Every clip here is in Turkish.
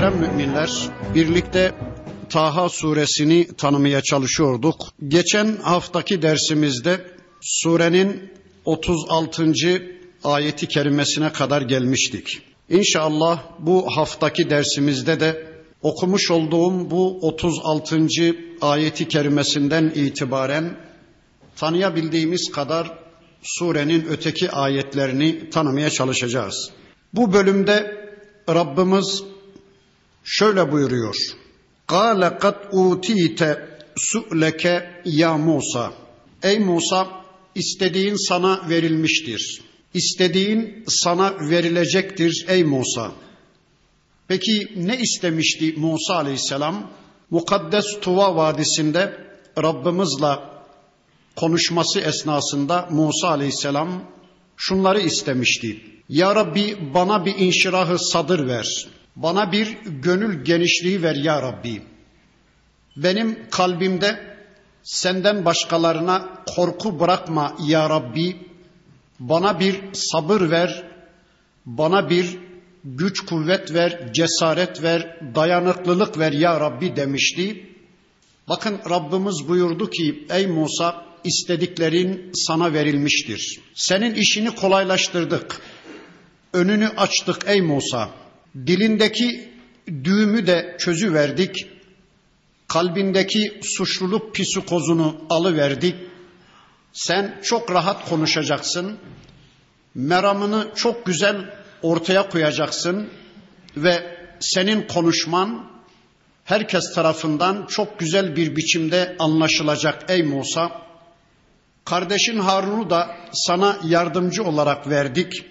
Muhterem müminler, birlikte Taha suresini tanımaya çalışıyorduk. Geçen haftaki dersimizde surenin 36. ayeti kerimesine kadar gelmiştik. İnşallah bu haftaki dersimizde de okumuş olduğum bu 36. ayeti kerimesinden itibaren tanıyabildiğimiz kadar surenin öteki ayetlerini tanımaya çalışacağız. Bu bölümde Rabbimiz şöyle buyuruyor. قَالَ قَدْ اُوْتِيتَ سُؤْلَكَ ya Musa. Ey Musa, istediğin sana verilmiştir. İstediğin sana verilecektir ey Musa. Peki ne istemişti Musa aleyhisselam? Mukaddes Tuva Vadisi'nde Rabbimizle konuşması esnasında Musa aleyhisselam şunları istemişti. Ya Rabbi, bana bir inşirahı sadır ver. Bana bir gönül genişliği ver ya Rabbi. Benim kalbimde senden başkalarına korku bırakma ya Rabbi. Bana bir sabır ver. Bana bir güç kuvvet ver, cesaret ver, dayanıklılık ver ya Rabbi demişti. Bakın Rabbimiz buyurdu ki ey Musa, istediklerin sana verilmiştir. Senin işini kolaylaştırdık. Önünü açtık ey Musa. Dilindeki düğümü de çözüverdik. Kalbindeki suçluluk psikozunu alıverdik. Sen çok rahat konuşacaksın. Meramını çok güzel ortaya koyacaksın. Ve senin konuşman herkes tarafından çok güzel bir biçimde anlaşılacak ey Musa. Kardeşin Harun'u da sana yardımcı olarak verdik.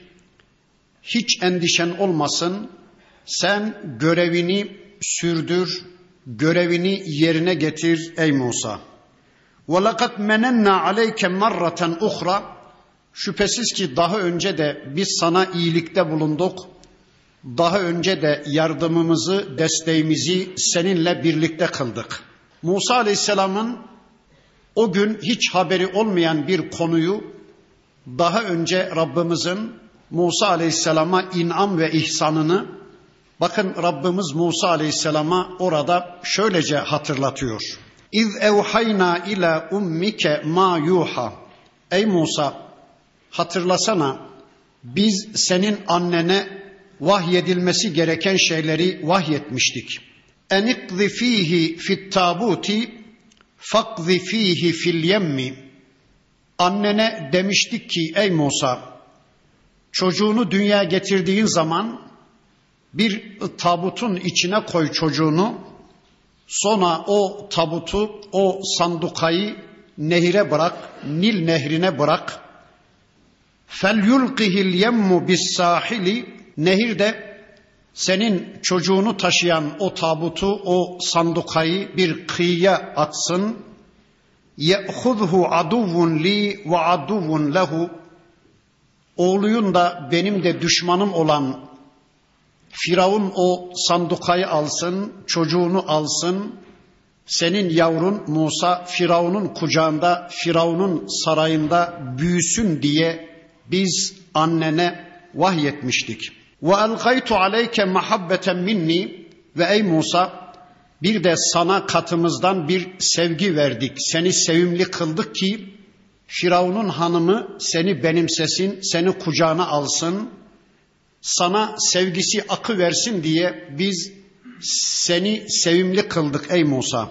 Hiç endişen olmasın. Sen görevini sürdür, görevini yerine getir ey Musa. وَلَقَدْ مَنَنَّا عَلَيْكَ مَرَّةً اُخْرَى. Şüphesiz ki daha önce de biz sana iyilikte bulunduk. Daha önce de yardımımızı, desteğimizi seninle birlikte kıldık. Musa Aleyhisselam'ın o gün hiç haberi olmayan bir konuyu daha önce Rabbimizin Musa Aleyhisselam'a inam ve ihsanını bakın Rabbimiz Musa Aleyhisselam'a orada şöylece hatırlatıyor. İz evhayna ila ummike ma yuha. Ey Musa, hatırlasana biz senin annene vahyedilmesi gereken şeyleri vahyetmiştik. Enikzi fihi fit tabuti fakzi fihi fil yemmi. Annene demiştik ki ey Musa, çocuğunu dünyaya getirdiğin zaman bir tabutun içine koy çocuğunu. Sonra o tabutu, o sandukayı nehire bırak, Nil nehrine bırak. فَلْيُلْقِهِ الْيَمُّ بِالسَّاحِلِ. Nehirde senin çocuğunu taşıyan o tabutu, o sandukayı bir kıyıya atsın. يَأْخُذْهُ عَدُوٌ لِي وَعَدُوٌ لَهُ. Oğluyun da benim de düşmanım olan Firavun o sandukayı alsın, çocuğunu alsın. Senin yavrun Musa Firavun'un kucağında, Firavun'un sarayında büyüsün diye biz annene vahyetmiştik. Ve elgaytu aleyke mahabbeten minni. Ve ey Musa, bir de sana katımızdan bir sevgi verdik. Seni sevimli kıldık ki Firavun'un hanımı seni benimsesin, seni kucağına alsın. Sana sevgisi akı versin diye biz seni sevimli kıldık ey Musa.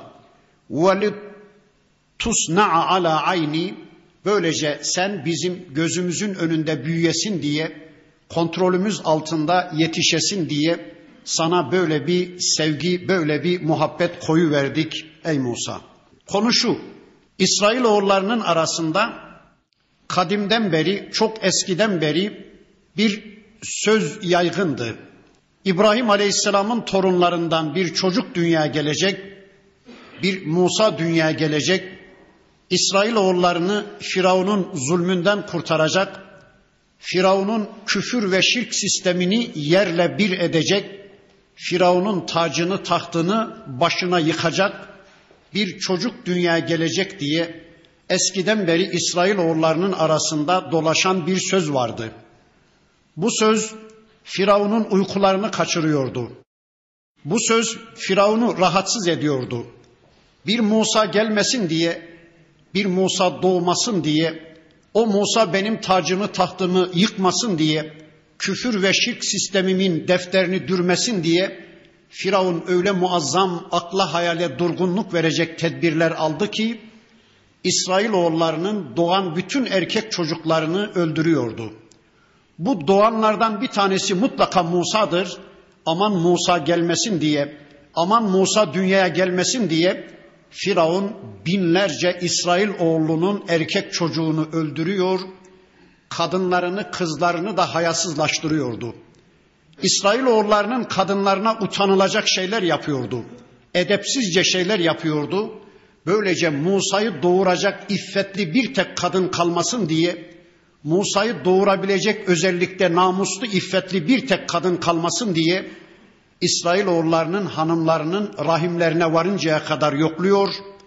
وَلِتُسْنَعَ عَلَى عَيْنِ. Böylece sen bizim gözümüzün önünde büyüyesin diye, kontrolümüz altında yetişesin diye sana böyle bir sevgi, böyle bir muhabbet koyuverdik ey Musa. Konu şu, İsrailoğullarının arasında kadimden beri, çok eskiden beri bir söz yaygındı. İbrahim Aleyhisselam'ın torunlarından bir çocuk dünyaya gelecek, bir Musa dünyaya gelecek, İsrailoğullarını Firavun'un zulmünden kurtaracak, Firavun'un küfür ve şirk sistemini yerle bir edecek, Firavun'un tacını, tahtını başına yıkacak bir çocuk dünyaya gelecek diye eskiden beri İsrailoğullarının arasında dolaşan bir söz vardı. Bu söz Firavun'un uykularını kaçırıyordu. Bu söz Firavun'u rahatsız ediyordu. Bir Musa gelmesin diye, bir Musa doğmasın diye, o Musa benim tacımı tahtımı yıkmasın diye, küfür ve şirk sistemimin defterini dürmesin diye Firavun öyle muazzam akla hayale durgunluk verecek tedbirler aldı ki İsrailoğullarının doğan bütün erkek çocuklarını öldürüyordu. Bu doğanlardan bir tanesi mutlaka Musa'dır. Aman Musa gelmesin diye, aman Musa dünyaya gelmesin diye Firavun binlerce İsrailoğlunun erkek çocuğunu öldürüyor, kadınlarını, kızlarını da hayasızlaştırıyordu. İsrailoğullarının kadınlarına utanılacak şeyler yapıyordu. Edepsizce şeyler yapıyordu. Böylece Musa'yı doğuracak iffetli bir tek kadın kalmasın diye, Musa'yı doğurabilecek özellikle namuslu, iffetli bir tek kadın kalmasın diye İsrailoğullarının hanımlarının rahimlerine varıncaya kadar yokluyor,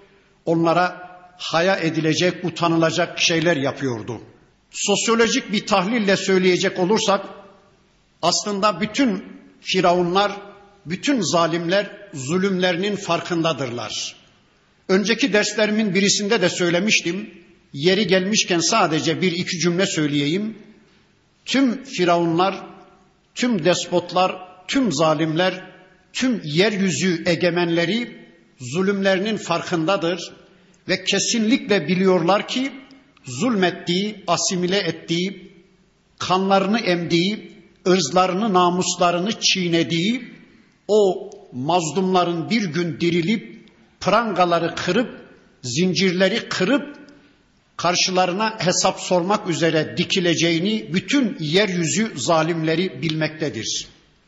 onlara haya edilecek, utanılacak şeyler yapıyordu. Sosyolojik bir tahlille söyleyecek olursak, aslında bütün firavunlar, bütün zalimler zulümlerinin farkındadırlar. Önceki derslerimin birisinde de söylemiştim. Yeri gelmişken sadece bir iki cümle söyleyeyim. Tüm firavunlar, tüm despotlar, tüm zalimler, tüm yeryüzü egemenleri zulümlerinin farkındadır ve kesinlikle biliyorlar ki zulmettiği, asimile ettiği, kanlarını emdiği, ırzlarını, namuslarını çiğnediği o mazlumların bir gün dirilip prangaları kırıp, zincirleri kırıp karşılarına hesap sormak üzere dikileceğini bütün yeryüzü zalimleri bilmektedir.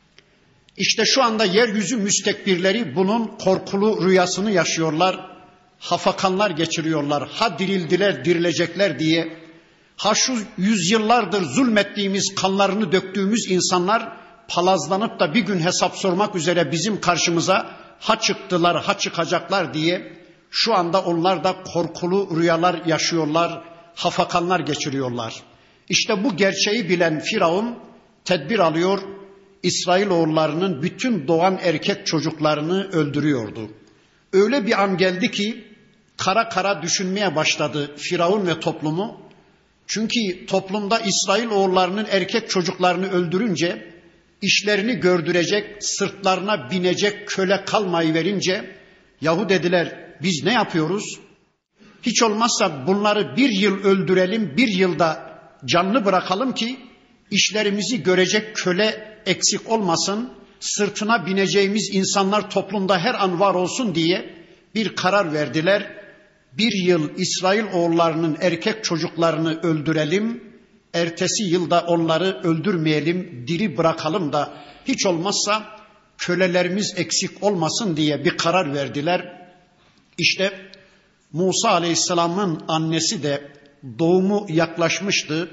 İşte şu anda yeryüzü müstekbirleri bunun korkulu rüyasını yaşıyorlar, hafakanlar geçiriyorlar. Ha dirildiler, dirilecekler diye, ha şu yüzyıllardır zulmettiğimiz, kanlarını döktüğümüz insanlar palazlanıp da bir gün hesap sormak üzere bizim karşımıza ha çıktılar, ha çıkacaklar diye şu anda onlar da korkulu rüyalar yaşıyorlar, hafakanlar geçiriyorlar. İşte bu gerçeği bilen Firavun tedbir alıyor, İsrailoğullarının bütün doğan erkek çocuklarını öldürüyordu. Öyle bir an geldi ki kara kara düşünmeye başladı Firavun ve toplumu. Çünkü toplumda İsrailoğullarının erkek çocuklarını öldürünce, işlerini gördürecek, sırtlarına binecek köle kalmayıverince, yahu dediler biz ne yapıyoruz? Hiç olmazsa bunları bir yıl öldürelim, bir yılda canlı bırakalım ki işlerimizi görecek köle eksik olmasın, sırtına bineceğimiz insanlar toplumda her an var olsun diye bir karar verdiler. Bir yıl İsrailoğullarının erkek çocuklarını öldürelim, ertesi yılda onları öldürmeyelim, diri bırakalım da hiç olmazsa kölelerimiz eksik olmasın diye bir karar verdiler. İşte Musa Aleyhisselam'ın annesi de doğumu yaklaşmıştı.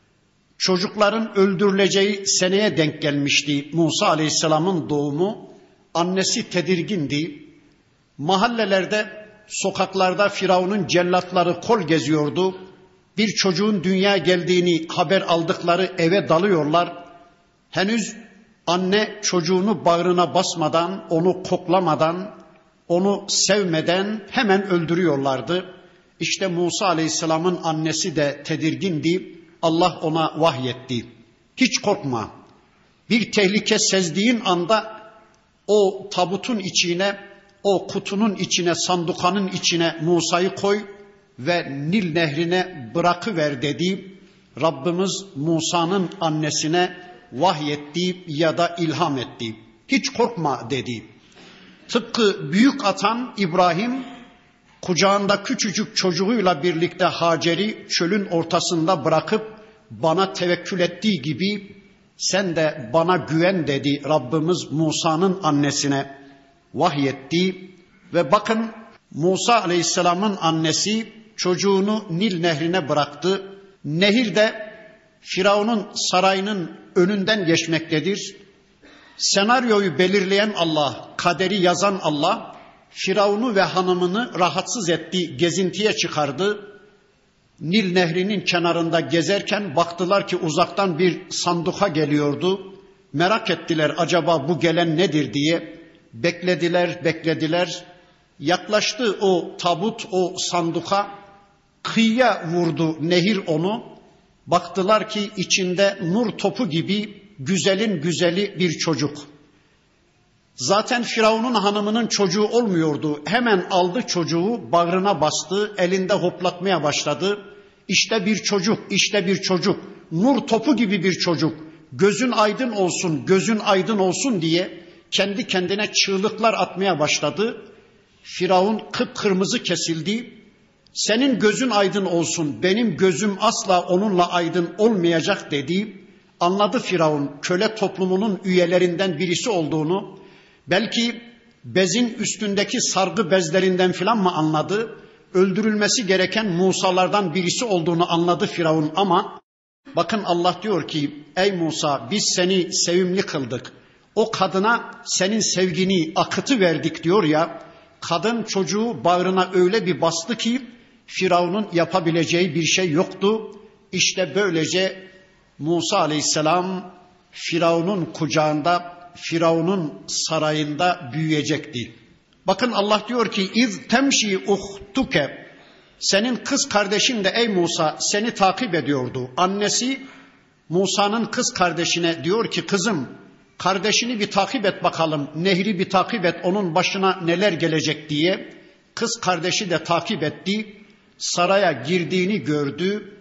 Çocukların öldürüleceği seneye denk gelmişti Musa Aleyhisselam'ın doğumu. Annesi tedirgindi. Mahallelerde, sokaklarda Firavun'un cellatları kol geziyordu. Bir çocuğun dünyaya geldiğini haber aldıkları eve dalıyorlar. Henüz anne çocuğunu bağrına basmadan, onu koklamadan, onu sevmeden hemen öldürüyorlardı. İşte Musa Aleyhisselam'ın annesi de tedirgindi. Allah ona vahyetti. Hiç korkma. Bir tehlike sezdiğin anda o tabutun içine, o kutunun içine, sandukanın içine Musa'yı koy ve Nil nehrine bırakıver dedi. Rabbimiz Musa'nın annesine vahyetti ya da ilham etti. Hiç korkma dedi. Tıpkı büyük atan İbrahim kucağında küçücük çocuğuyla birlikte Hacer'i çölün ortasında bırakıp bana tevekkül ettiği gibi sen de bana güven dedi Rabbimiz Musa'nın annesine vahyetti. Ve bakın Musa Aleyhisselam'ın annesi çocuğunu Nil nehrine bıraktı. Nehir de Firavun'un sarayının önünden geçmektedir. Senaryoyu belirleyen Allah, kaderi yazan Allah, Firavun'u ve hanımını rahatsız etti, gezintiye çıkardı. Nil nehrinin kenarında gezerken baktılar ki uzaktan bir sanduka geliyordu. Merak ettiler acaba bu gelen nedir diye. Beklediler. Yaklaştı o tabut, o sanduka. Kıyıya vurdu nehir onu. Baktılar ki içinde nur topu gibi güzelin güzeli bir çocuk. Zaten Firavun'un hanımının çocuğu olmuyordu. Hemen aldı çocuğu, bağrına bastı, elinde hoplatmaya başladı. İşte bir çocuk, nur topu gibi bir çocuk. Gözün aydın olsun diye kendi kendine çığlıklar atmaya başladı. Firavun kıpkırmızı kesildi. Senin gözün aydın olsun, benim gözüm asla onunla aydın olmayacak dedi. Anladı Firavun köle toplumunun üyelerinden birisi olduğunu. Belki bezin üstündeki sargı bezlerinden filan mı anladı? Öldürülmesi gereken Musa'lardan birisi olduğunu anladı Firavun ama bakın Allah diyor ki ey Musa biz seni sevimli kıldık. O kadına senin sevgini akıtı verdik diyor ya. Kadın çocuğu bağrına öyle bir bastı ki Firavun'un yapabileceği bir şey yoktu. İşte böylece Musa aleyhisselam Firavun'un kucağında, Firavun'un sarayında büyüyecekti. Bakın Allah diyor ki iz temşi uhtuke, senin kız kardeşin de ey Musa seni takip ediyordu. Annesi Musa'nın kız kardeşine diyor ki kızım kardeşini bir takip et bakalım, nehri bir takip et, onun başına neler gelecek diye. Kız kardeşi de takip etti, saraya girdiğini gördü.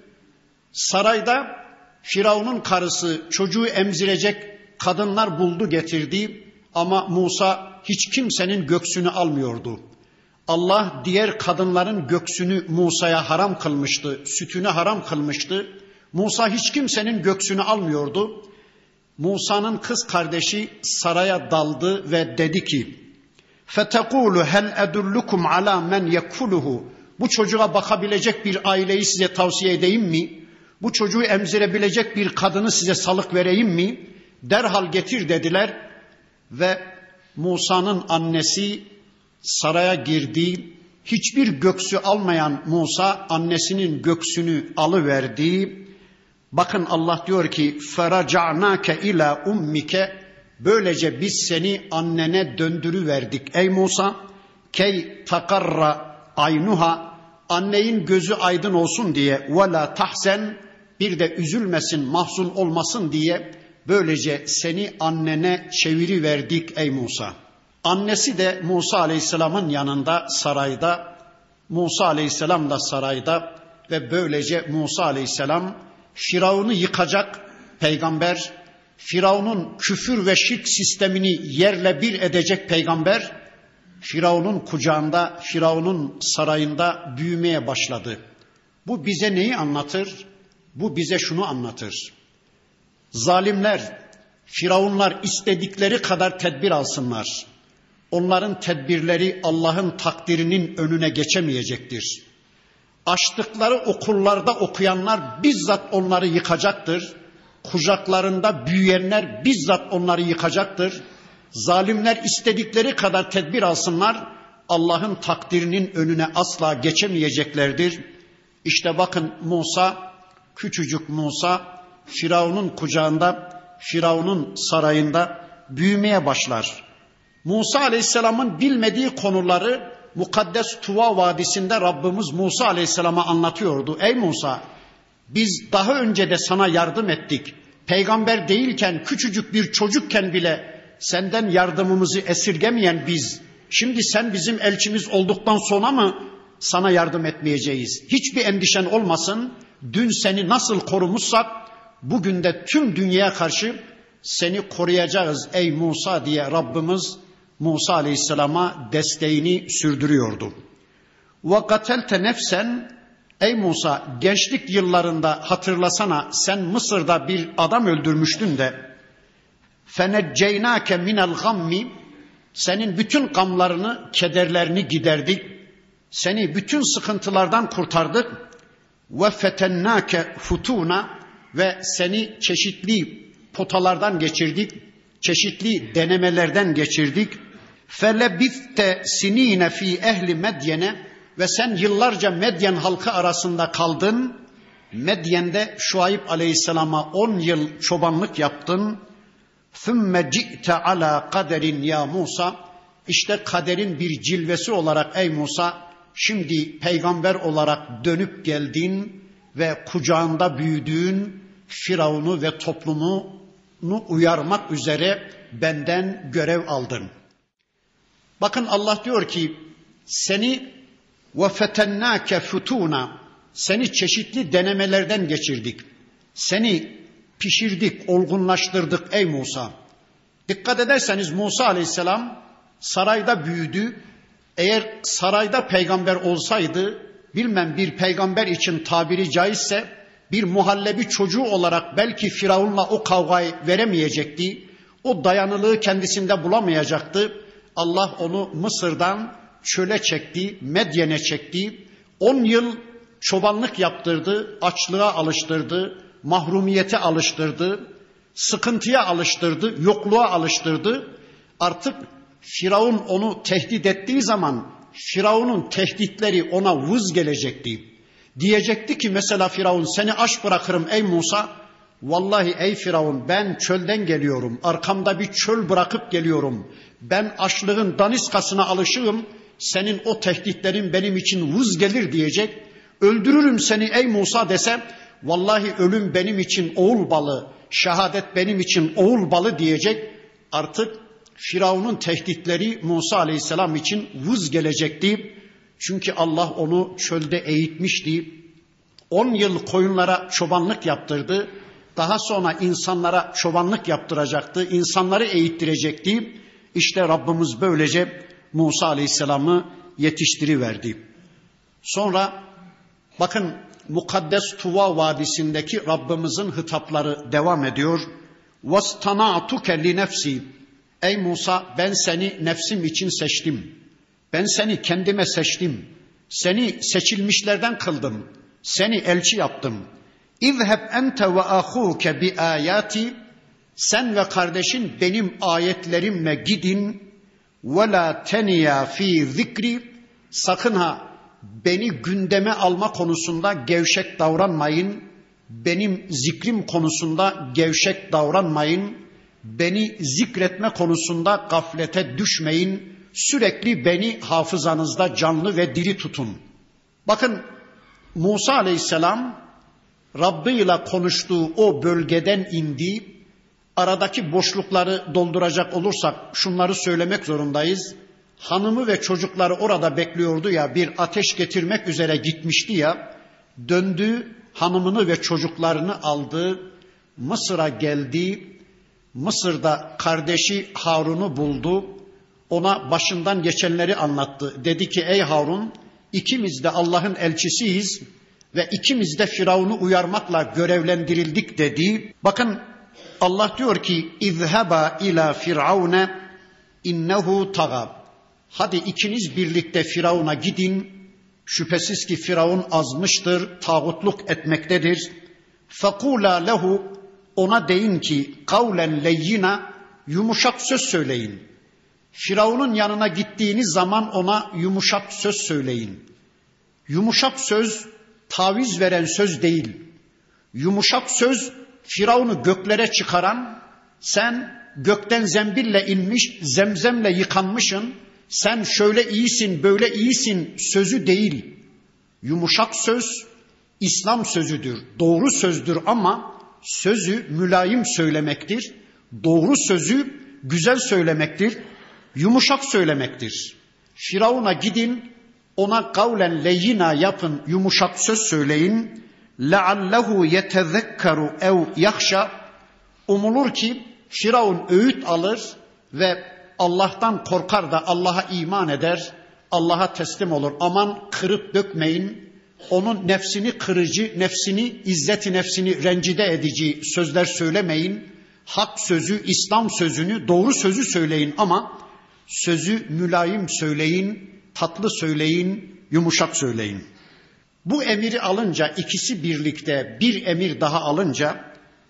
Sarayda Firavun'un karısı çocuğu emzirecek kadınlar buldu getirdi ama Musa hiç kimsenin göksünü almıyordu. Allah diğer kadınların göksünü Musa'ya haram kılmıştı, sütünü haram kılmıştı. Musa hiç kimsenin göksünü almıyordu. Musa'nın kız kardeşi saraya daldı ve dedi ki فَتَقُولُ هَلْ اَدُلُّكُمْ عَلَى مَنْ يَكْفُلُهُ, bu çocuğa bakabilecek bir aileyi size tavsiye edeyim mi? Bu çocuğu emzirebilecek bir kadını size salık vereyim mi? Derhal getir dediler ve Musa'nın annesi saraya girdi. Hiçbir göksü almayan Musa annesinin göksünü alıverdi. Bakın Allah diyor ki فَرَجَعْنَاكَ اِلَى اُمِّكَ, böylece biz seni annene döndürüverdik ey Musa. Key takarra aynuha, annenin gözü aydın olsun diye, ve la tahsen, bir de üzülmesin, mahzun olmasın diye böylece seni annene çeviriverdik ey Musa. Annesi de Musa Aleyhisselam'ın yanında sarayda, Musa Aleyhisselam da sarayda ve böylece Musa Aleyhisselam Firavun'u yıkacak peygamber, Firavun'un küfür ve şirk sistemini yerle bir edecek peygamber, Firavun'un kucağında, Firavun'un sarayında büyümeye başladı. Bu bize neyi anlatır? Bu bize şunu anlatır. Zalimler, Firavunlar istedikleri kadar tedbir alsınlar. Onların tedbirleri Allah'ın takdirinin önüne geçemeyecektir. Açtıkları okullarda okuyanlar bizzat onları yıkacaktır. Kucaklarında büyüyenler bizzat onları yıkacaktır. Zalimler istedikleri kadar tedbir alsınlar, Allah'ın takdirinin önüne asla geçemeyeceklerdir. İşte bakın Musa, küçücük Musa, Firavun'un kucağında, Firavun'un sarayında büyümeye başlar. Musa Aleyhisselam'ın bilmediği konuları Mukaddes Tuva Vadisi'nde Rabbimiz Musa Aleyhisselam'a anlatıyordu. Ey Musa, biz daha önce de sana yardım ettik. Peygamber değilken, küçücük bir çocukken bile senden yardımımızı esirgemeyen biz, şimdi sen bizim elçimiz olduktan sonra mı sana yardım etmeyeceğiz? Hiçbir endişen olmasın. Dün seni nasıl korumuşsak bugün de tüm dünyaya karşı seni koruyacağız ey Musa diye Rabbimiz Musa Aleyhisselam'a desteğini sürdürüyordu. وَقَتَلْتَ nefsen, ey Musa gençlik yıllarında hatırlasana sen Mısır'da bir adam öldürmüştün de فَنَجَّيْنَاكَ مِنَ الْغَمِّ, senin bütün gamlarını, kederlerini giderdik. Seni bütün sıkıntılardan kurtardık. وَفَتَنَّاكَ فُتُونَ, ve seni çeşitli potalardan geçirdik. Çeşitli denemelerden geçirdik. فَلَبِثْتَ سِن۪ينَ ف۪ي اَهْلِ مَدْيَنَ, ve sen yıllarca Medyen halkı arasında kaldın. Medyen'de Şuayb Aleyhisselam'a 10 yıl çobanlık yaptın. ثُمَّ جِئْتَ عَلَى قَدَرٍ ya Musa, işte kaderin bir cilvesi olarak ey Musa, şimdi peygamber olarak dönüp geldin ve kucağında büyüdüğün Firavun'u ve toplumunu uyarmak üzere benden görev aldın. Bakın Allah diyor ki seni ve fetennâke futûna, seni çeşitli denemelerden geçirdik. Seni pişirdik, olgunlaştırdık ey Musa. Dikkat ederseniz Musa aleyhisselam sarayda büyüdü. Eğer sarayda peygamber olsaydı, bilmem bir peygamber için tabiri caizse bir muhallebi çocuğu olarak belki Firavun'la o kavgayı veremeyecekti. O dayanıklılığı kendisinde bulamayacaktı. Allah onu Mısır'dan çöle çekti, Medyen'e çekti. 10 yıl çobanlık yaptırdı, açlığa alıştırdı, mahrumiyete alıştırdı, sıkıntıya alıştırdı, yokluğa alıştırdı. Artık Firavun onu tehdit ettiği zaman Firavun'un tehditleri ona vız gelecekti. Diyecekti ki mesela Firavun, seni aç bırakırım ey Musa. Vallahi ey Firavun, ben çölden geliyorum. Arkamda bir çöl bırakıp geliyorum. Ben açlığın daniskasına alışığım. Senin o tehditlerin benim için vız gelir diyecek. Öldürürüm seni ey Musa dese, vallahi ölüm benim için oğul balı, şehadet benim için oğul balı diyecek. Artık Firavun'un tehditleri Musa aleyhisselam için vız gelecekti. Çünkü Allah onu çölde eğitmişti. 10 yıl koyunlara çobanlık yaptırdı. Daha sonra insanlara çobanlık yaptıracaktı. İnsanları eğittirecekti. İşte Rabbimiz böylece Musa aleyhisselamı yetiştiriverdi. Sonra bakın Mukaddes Tuva Vadisi'ndeki Rabbimizin hitapları devam ediyor. وَاسْتَنَعْتُكَ لِنَفْسِي, ey Musa, ben seni nefsim için seçtim. Ben seni kendime seçtim. Seni seçilmişlerden kıldım. Seni elçi yaptım. İzheb ente ve ahuke bi ayati, sen ve kardeşin benim ayetlerimle gidin. Ve la teniya fi zikri, sakın ha beni gündeme alma konusunda gevşek davranmayın. Benim zikrim konusunda gevşek davranmayın. Beni zikretme konusunda gaflete düşmeyin. Sürekli beni hafızanızda canlı ve diri tutun. Bakın Musa aleyhisselam Rabbi ile konuştuğu o bölgeden indi. Aradaki boşlukları dolduracak olursak şunları söylemek zorundayız. Hanımı ve çocukları orada bekliyordu ya, bir ateş getirmek üzere gitmişti ya. Döndü, hanımını ve çocuklarını aldı. Mısır'a geldi. Mısır'da kardeşi Harun'u buldu. Ona başından geçenleri anlattı. Dedi ki ey Harun, ikimiz de Allah'ın elçisiyiz ve ikimiz de Firavun'u uyarmakla görevlendirildik dedi. Bakın Allah diyor ki İzheba ila firavune innehu taga. Hadi ikiniz birlikte Firavun'a gidin. Şüphesiz ki Firavun azmıştır, tağutluk etmektedir. Fekula lehu, ona deyin ki kavlen leyyina, yumuşak söz söyleyin. Firavun'un yanına gittiğiniz zaman ona yumuşak söz söyleyin. Yumuşak söz taviz veren söz değil. Yumuşak söz Firavun'u göklere çıkaran, sen gökten zembille inmiş, zemzemle yıkanmışsın, sen şöyle iyisin, böyle iyisin sözü değil. Yumuşak söz İslam sözüdür, doğru sözdür ama sözü mülayim söylemektir. Doğru sözü güzel söylemektir, yumuşak söylemektir. Firavun'a gidin, ona kavlen leyyina yapın, yumuşak söz söyleyin. لَعَلَّهُ يَتَذَكَّرُ اَوْ يَخْشَى, umulur ki Firavun öğüt alır ve Allah'tan korkar da Allah'a iman eder, Allah'a teslim olur. Aman kırıp dökmeyin, onun nefsini kırıcı, nefsini, izzeti nefsini rencide edici sözler söylemeyin. Hak sözü, İslam sözünü, doğru sözü söyleyin ama sözü mülayim söyleyin, tatlı söyleyin, yumuşak söyleyin. Bu emiri alınca, ikisi birlikte bir emir daha alınca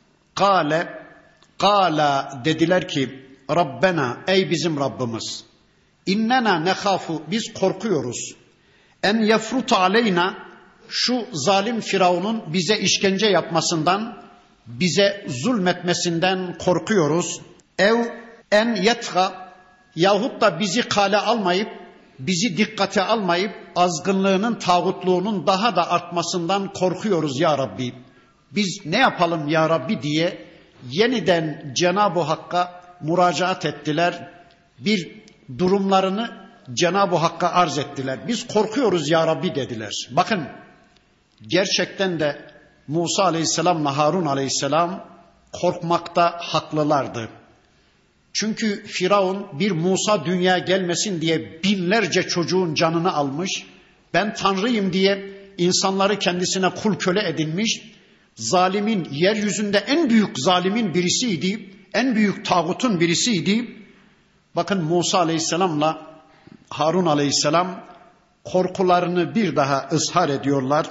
kâle dediler ki Rabbena, ey bizim Rabbimiz, innena nekhafu, biz korkuyoruz, en yefruta aleyna, şu zalim Firavun'un bize işkence yapmasından, bize zulmetmesinden korkuyoruz. Ev en yetha, yahut da bizi kale almayıp, bizi dikkate almayıp azgınlığının, tağutluğunun daha da artmasından korkuyoruz ya Rabbi. Biz ne yapalım ya Rabbi diye yeniden Cenab-ı Hakk'a müracaat ettiler. Bir durumlarını Cenab-ı Hakk'a arz ettiler. Biz korkuyoruz ya Rabbi dediler. Bakın gerçekten de Musa Aleyhisselam'la Harun Aleyhisselam korkmakta haklılardı. Çünkü Firavun bir Musa dünyaya gelmesin diye binlerce çocuğun canını almış. Ben Tanrıyım diye insanları kendisine kul köle edinmiş. Zalimin, yeryüzünde en büyük zalimin birisiydi. En büyük tağutun birisiydi. Bakın Musa Aleyhisselam'la Harun Aleyhisselam korkularını bir daha ızhar ediyorlar.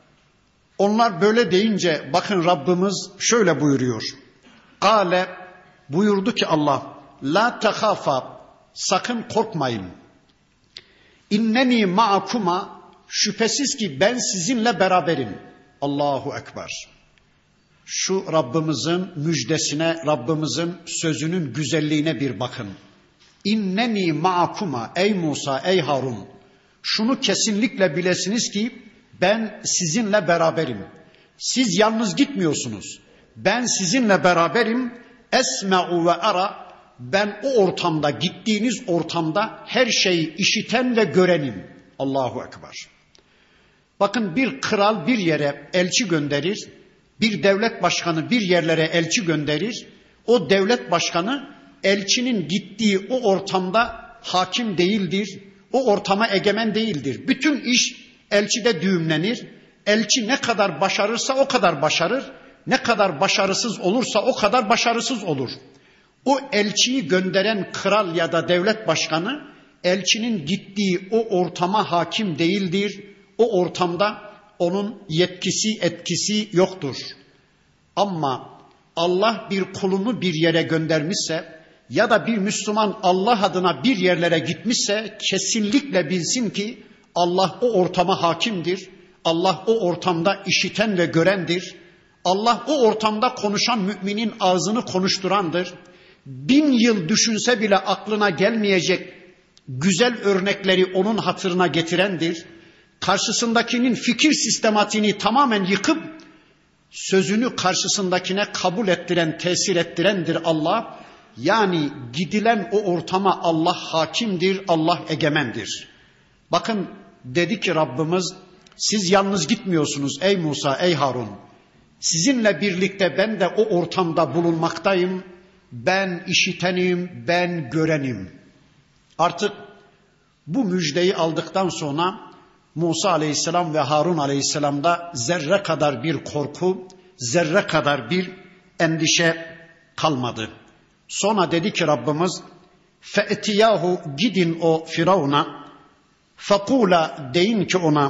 Onlar böyle deyince bakın Rabbimiz şöyle buyuruyor. Kale, buyurdu ki Allah, la tehafa, sakın korkmayın. İnneni ma'akuma, şüphesiz ki ben sizinle beraberim. Allahu Ekber. Şu Rabbimizin müjdesine, Rabbimizin sözünün güzelliğine bir bakın. İnneni ma'akuma, ey Musa, ey Harun. Şunu kesinlikle bilesiniz ki ben sizinle beraberim. Siz yalnız gitmiyorsunuz. Ben sizinle beraberim. Esme'u ve ara. Ben o ortamda, gittiğiniz ortamda her şeyi işiten ve görenim. Allahu Ekber. Bakın bir kral bir yere elçi gönderir. Bir devlet başkanı bir yerlere elçi gönderir. O devlet başkanı elçinin gittiği o ortamda hakim değildir. O ortama egemen değildir. Bütün iş elçide düğümlenir. Elçi ne kadar başarırsa o kadar başarır. Ne kadar başarısız olursa o kadar başarısız olur. O elçiyi gönderen kral ya da devlet başkanı elçinin gittiği o ortama hakim değildir. O ortamda onun yetkisi, etkisi yoktur. Ama Allah bir kulunu bir yere göndermişse ya da bir Müslüman Allah adına bir yerlere gitmişse kesinlikle bilsin ki Allah o ortama hakimdir. Allah o ortamda işiten ve görendir. Allah o ortamda konuşan müminin ağzını konuşturandır. 1000 yıl düşünse bile aklına gelmeyecek güzel örnekleri onun hatırına getirendir. Karşısındakinin fikir sistematiğini tamamen yıkıp sözünü karşısındakine kabul ettiren, tesir ettirendir Allah. Yani gidilen o ortama Allah hakimdir, Allah egemendir. Bakın dedi ki Rabbimiz, siz yalnız gitmiyorsunuz ey Musa, ey Harun. Sizinle birlikte ben de o ortamda bulunmaktayım. Ben işitenim, ben görenim. Artık bu müjdeyi aldıktan sonra Musa Aleyhisselam ve Harun Aleyhisselam'da zerre kadar bir korku, zerre kadar bir endişe kalmadı. Sonra dedi ki Rabbimiz, fe'tiyahu, gidin o Firavun'a, fekula, deyin ki ona,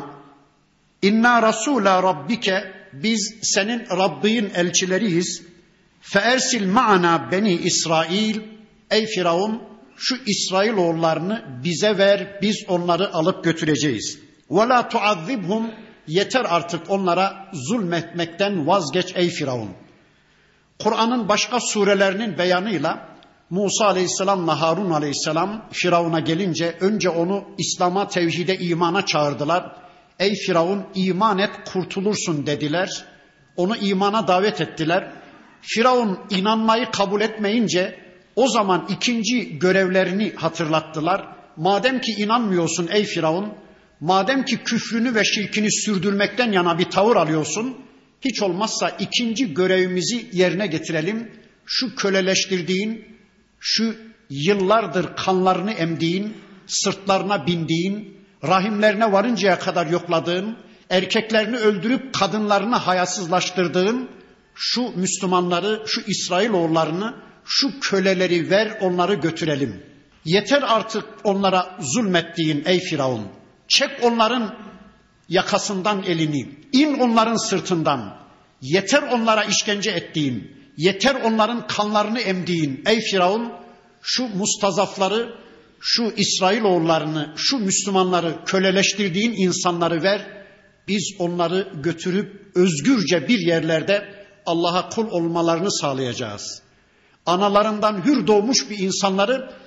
inna rasula rabbike, biz senin Rabbin elçileriyiz. Feersil ma'ana beni İsrail, ey Firavun şu İsrailoğullarını bize ver, biz onları alıp götüreceğiz. Ve la tuazzibhum, yeter artık onlara zulmetmekten vazgeç ey Firavun. Kur'an'ın başka surelerinin beyanıyla Musa Aleyhisselam'la Harun Aleyhisselam Firavun'a gelince önce onu İslam'a, tevhide, imana çağırdılar. Ey Firavun iman et kurtulursun dediler. Onu imana davet ettiler. Firavun inanmayı kabul etmeyince o zaman ikinci görevlerini hatırlattılar. Madem ki inanmıyorsun ey Firavun, madem ki küfrünü ve şirkini sürdürmekten yana bir tavır alıyorsun, hiç olmazsa ikinci görevimizi yerine getirelim. Şu köleleştirdiğin, şu yıllardır kanlarını emdiğin, sırtlarına bindiğin, rahimlerine varıncaya kadar yokladığın, erkeklerini öldürüp kadınlarını hayasızlaştırdığın şu Müslümanları, şu İsrailoğullarını, şu köleleri ver, onları götürelim. Yeter artık onlara zulmettiğin ey Firavun. Çek onların yakasından elini, in onların sırtından. Yeter onlara işkence ettiğin, yeter onların kanlarını emdiğin ey Firavun. Şu mustazafları, şu İsrailoğullarını, şu Müslümanları köleleştirdiğin insanları ver. Biz onları götürüp özgürce bir yerlerde Allah'a kul olmalarını sağlayacağız. Analarından hür doğmuş bir insanları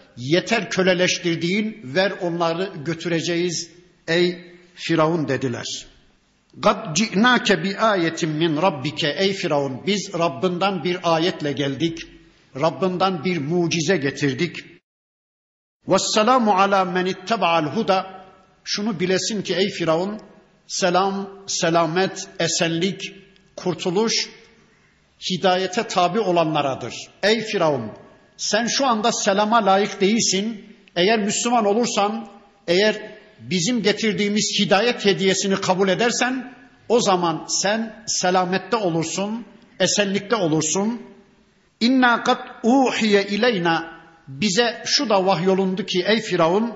yeter köleleştirdiğin, ver onları götüreceğiz ey Firavun dediler. قَدْ جِئْنَاكَ بِآيَةٍ مِّنْ رَبِّكَ Ey Firavun, biz Rabbinden bir ayetle geldik. Rabbinden bir mucize getirdik. وَالسَّلَامُ عَلَى مَنِ اتَّبَعَ الْهُدَى Şunu bilesin ki ey Firavun, selam, selamet, esenlik, kurtuluş, hidayete tabi olanlaradır. Ey Firavun, sen şu anda selama layık değilsin. Eğer Müslüman olursan, eğer bizim getirdiğimiz hidayet hediyesini kabul edersen, o zaman sen selamette olursun, esenlikte olursun. İnna kad uhiye ileyna bize şu da vahyolundu ki ey Firavun,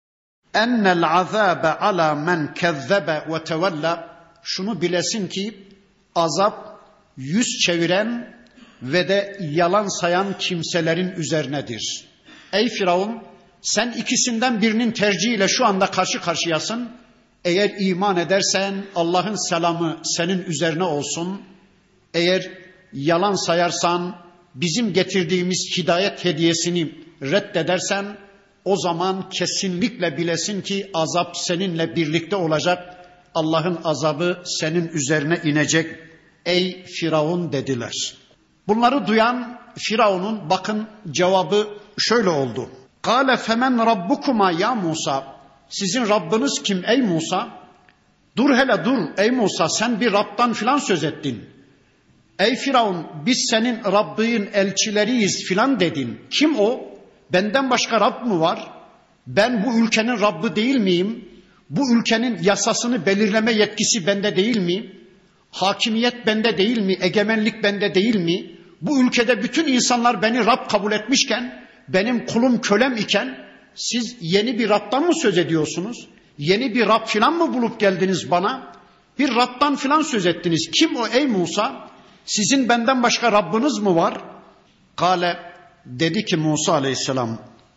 ennel azabe ala men kezzebe ve tevella şunu bilesin ki azap yüz çeviren ve de yalan sayan kimselerin üzerinedir. Ey Firavun, sen ikisinden birinin tercihiyle şu anda karşı karşıyasın. Eğer iman edersen Allah'ın selamı senin üzerine olsun. Eğer yalan sayarsan, bizim getirdiğimiz hidayet hediyesini reddedersen, o zaman kesinlikle bilesin ki azap seninle birlikte olacak. Allah'ın azabı senin üzerine inecek. Ey Firavun dediler. Bunları duyan Firavun'un bakın cevabı şöyle oldu. Kâle femen rabbukuma ya Musa. Sizin Rabbiniz kim ey Musa? Dur hele dur ey Musa, sen bir Rab'dan filan söz ettin. Ey Firavun, biz senin Rabbin elçileriyiz filan dedin. Kim o? Benden başka Rab mı var? Ben bu ülkenin Rabbi değil miyim? Bu ülkenin yasasını belirleme yetkisi bende değil mi? Hakimiyet bende değil mi? Egemenlik bende değil mi? Bu ülkede bütün insanlar beni Rab kabul etmişken, benim kulum kölem iken siz yeni bir Rab'dan mı söz ediyorsunuz? Yeni bir Rab filan mı bulup geldiniz bana? Bir Rab'dan filan söz ettiniz. Kim o ey Musa? Sizin benden başka Rabbiniz mi var? Kale dedi ki Musa aleyhisselam,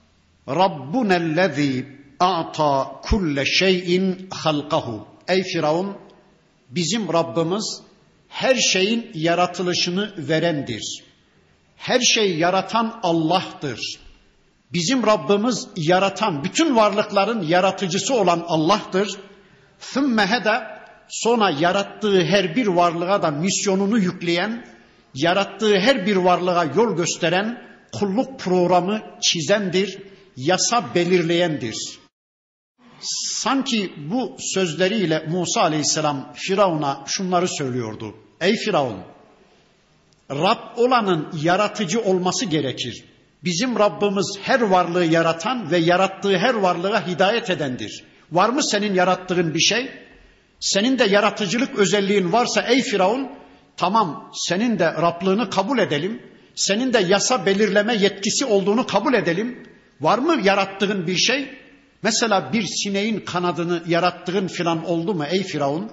Rabbunellezî a'ta kulle şeyin halkahu. Ey Firavun, bizim Rabbimiz her şeyin yaratılışını verendir. Her şeyi yaratan Allah'tır. Bizim Rabbimiz yaratan, bütün varlıkların yaratıcısı olan Allah'tır. Thümme hede, sonra yarattığı her bir varlığa da misyonunu yükleyen, yarattığı her bir varlığa yol gösteren, kulluk programı çizendir, yasa belirleyendir. Sanki bu sözleriyle Musa aleyhisselam Firavun'a şunları söylüyordu. Ey Firavun, Rab olanın yaratıcı olması gerekir. Bizim Rabbimiz her varlığı yaratan ve yarattığı her varlığa hidayet edendir. Var mı senin yarattığın bir şey? Senin de yaratıcılık özelliğin varsa ey Firavun, tamam senin de Rablığını kabul edelim. Senin de yasa belirleme yetkisi olduğunu kabul edelim. Var mı yarattığın bir şey? Mesela bir sineğin kanadını yarattığın filan oldu mu ey Firavun?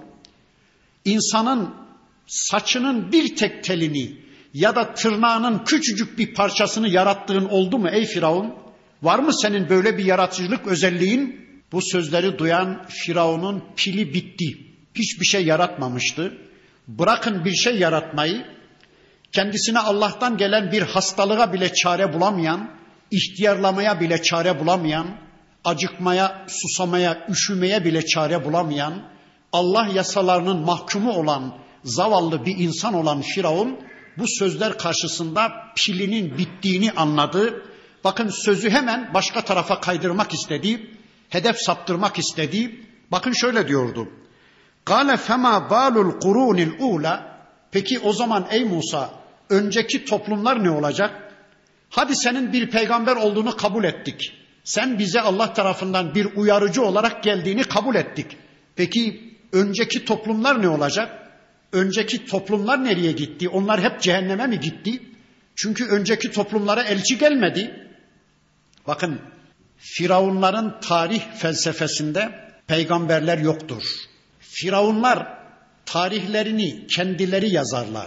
İnsanın saçının bir tek telini ya da tırnağının küçücük bir parçasını yarattığın oldu mu ey Firavun? Var mı senin böyle bir yaratıcılık özelliğin? Bu sözleri duyan Firavun'un pili bitti. Hiçbir şey yaratmamıştı. Bırakın bir şey yaratmayı, kendisine Allah'tan gelen bir hastalığa bile çare bulamayan, ihtiyarlamaya bile çare bulamayan, acıkmaya, susamaya, üşümeye bile çare bulamayan, Allah yasalarının mahkumu olan, zavallı bir insan olan Firavun, bu sözler karşısında pilinin bittiğini anladı. Bakın sözü hemen başka tarafa kaydırmak istedi, hedef saptırmak istedi. Bakın şöyle diyordu. Kâle femâ bâlul kurûnil ûlâ. Peki o zaman ey Musa, önceki toplumlar ne olacak? Hadi senin bir peygamber olduğunu kabul ettik. Sen bize Allah tarafından bir uyarıcı olarak geldiğini kabul ettik. Peki önceki toplumlar ne olacak? Önceki toplumlar nereye gitti? Onlar hep cehenneme mi gitti? Çünkü önceki toplumlara elçi gelmedi. Bakın, Firavunların tarih felsefesinde peygamberler yoktur. Firavunlar tarihlerini kendileri yazarlar.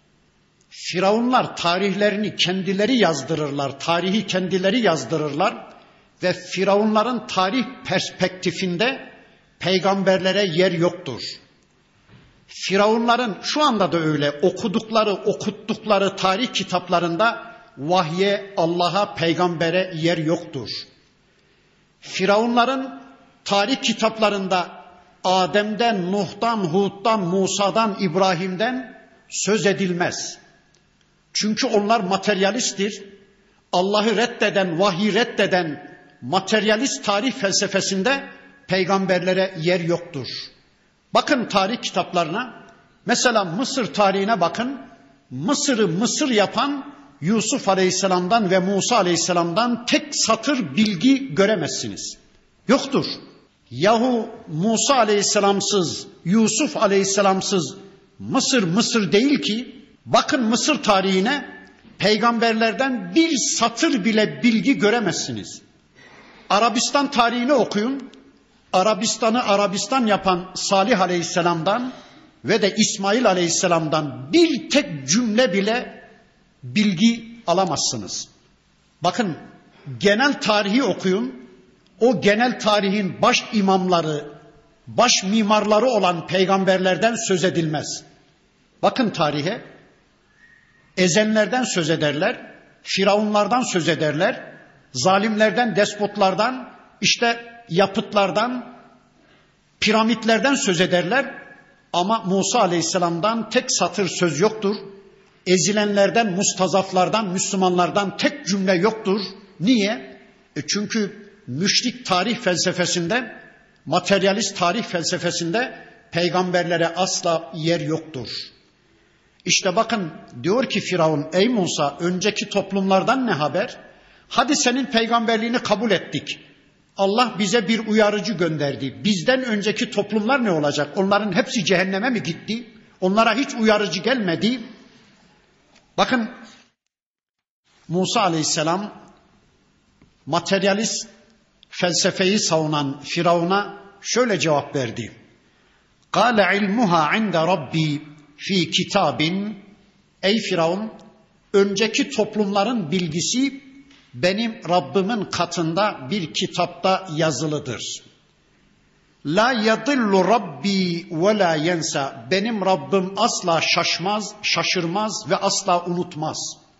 Firavunlar tarihlerini kendileri yazdırırlar. Tarihi kendileri yazdırırlar. Ve Firavunların tarih perspektifinde peygamberlere yer yoktur. Firavunların şu anda da öyle okuttukları tarih kitaplarında vahye, Allah'a, peygambere yer yoktur. Firavunların tarih kitaplarında Adem'den, Nuh'tan, Hud'dan, Musa'dan, İbrahim'den söz edilmez. Çünkü onlar materyalisttir. Allah'ı reddeden, vahyi reddeden materyalist tarih felsefesinde peygamberlere yer yoktur. Bakın tarih kitaplarına, mesela Mısır tarihine bakın. Mısır'ı Mısır yapan Yusuf Aleyhisselam'dan ve Musa Aleyhisselam'dan tek satır bilgi göremezsiniz. Yoktur. Yahu Musa Aleyhisselamsız, Yusuf Aleyhisselamsız Mısır Mısır değil ki. Bakın Mısır tarihine, peygamberlerden bir satır bile bilgi göremezsiniz. Arabistan tarihini okuyun. Arabistan'ı Arabistan yapan Salih Aleyhisselam'dan ve de İsmail Aleyhisselam'dan bir tek cümle bile bilgi alamazsınız. Bakın genel tarihi okuyun. O genel tarihin baş imamları, baş mimarları olan peygamberlerden söz edilmez. Bakın tarihe, ezenlerden söz ederler, firavunlardan söz ederler, zalimlerden, despotlardan, işte yapıtlardan, piramitlerden söz ederler. Ama Musa Aleyhisselam'dan tek satır söz yoktur. Ezilenlerden, mustazaflardan, Müslümanlardan tek cümle yoktur. Niye? Çünkü müşrik tarih felsefesinde, materyalist tarih felsefesinde peygamberlere asla yer yoktur. İşte bakın diyor ki Firavun, ey Musa, önceki toplumlardan ne haber? Hadi senin peygamberliğini kabul ettik. Allah bize bir uyarıcı gönderdi. Bizden önceki toplumlar ne olacak? Onların hepsi cehenneme mi gitti? Onlara hiç uyarıcı gelmedi. Bakın Musa Aleyhisselam materyalist felsefeyi savunan Firavun'a şöyle cevap verdi. Kâle ilmuha inde rabbi fi kitabin. Ey Firavun, önceki toplumların bilgisi benim Rabbimin katında bir kitapta yazılıdır. La yadillu rabbi ve la yensa. Benim Rabbim asla şaşmaz, şaşırmaz ve asla unutmaz.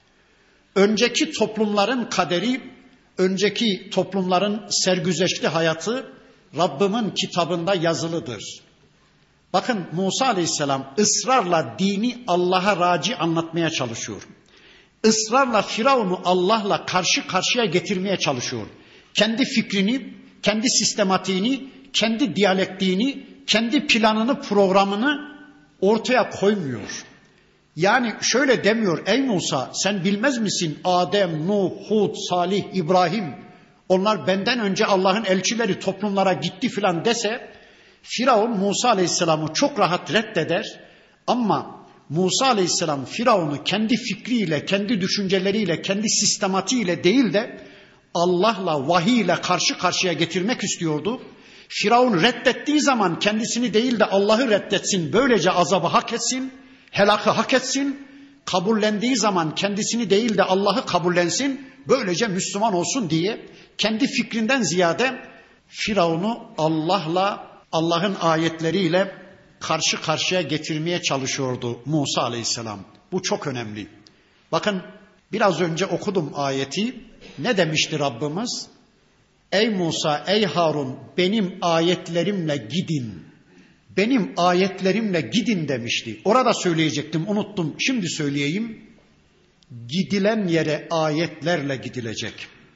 Önceki toplumların kaderi, önceki toplumların sergüzeşli hayatı Rabbimin kitabında yazılıdır. Bakın Musa Aleyhisselam ısrarla dini Allah'a raci anlatmaya çalışıyor. Israrla Firavun'u Allah'la karşı karşıya getirmeye çalışıyor. Kendi fikrini, kendi sistematiğini, kendi diyalektiğini, kendi planını, programını ortaya koymuyor. Yani şöyle demiyor, ey Musa sen bilmez misin Adem, Nuh, Hud, Salih, İbrahim onlar benden önce Allah'ın elçileri toplumlara gitti filan dese Firavun Musa Aleyhisselam'ı çok rahat reddeder ama Musa Aleyhisselam Firavun'u kendi fikriyle, kendi düşünceleriyle, kendi sistematiğiyle değil de Allah'la, vahiy ile karşı karşıya getirmek istiyordu. Firavun reddettiği zaman kendisini değil de Allah'ı reddetsin, böylece azabı hak etsin, helakı hak etsin. Kabullendiği zaman kendisini değil de Allah'ı kabullensin, böylece Müslüman olsun diye kendi fikrinden ziyade Firavun'u Allah'la, Allah'ın ayetleriyle karşı karşıya getirmeye çalışıyordu Musa Aleyhisselam. Bu çok önemli. Bakın biraz önce okudum ayeti. Ne demişti Rabbimiz? Ey Musa, ey Harun benim ayetlerimle gidin. Benim ayetlerimle gidin demişti. Orada söyleyecektim, unuttum. Şimdi söyleyeyim. Gidilen yere ayetlerle gidilecek.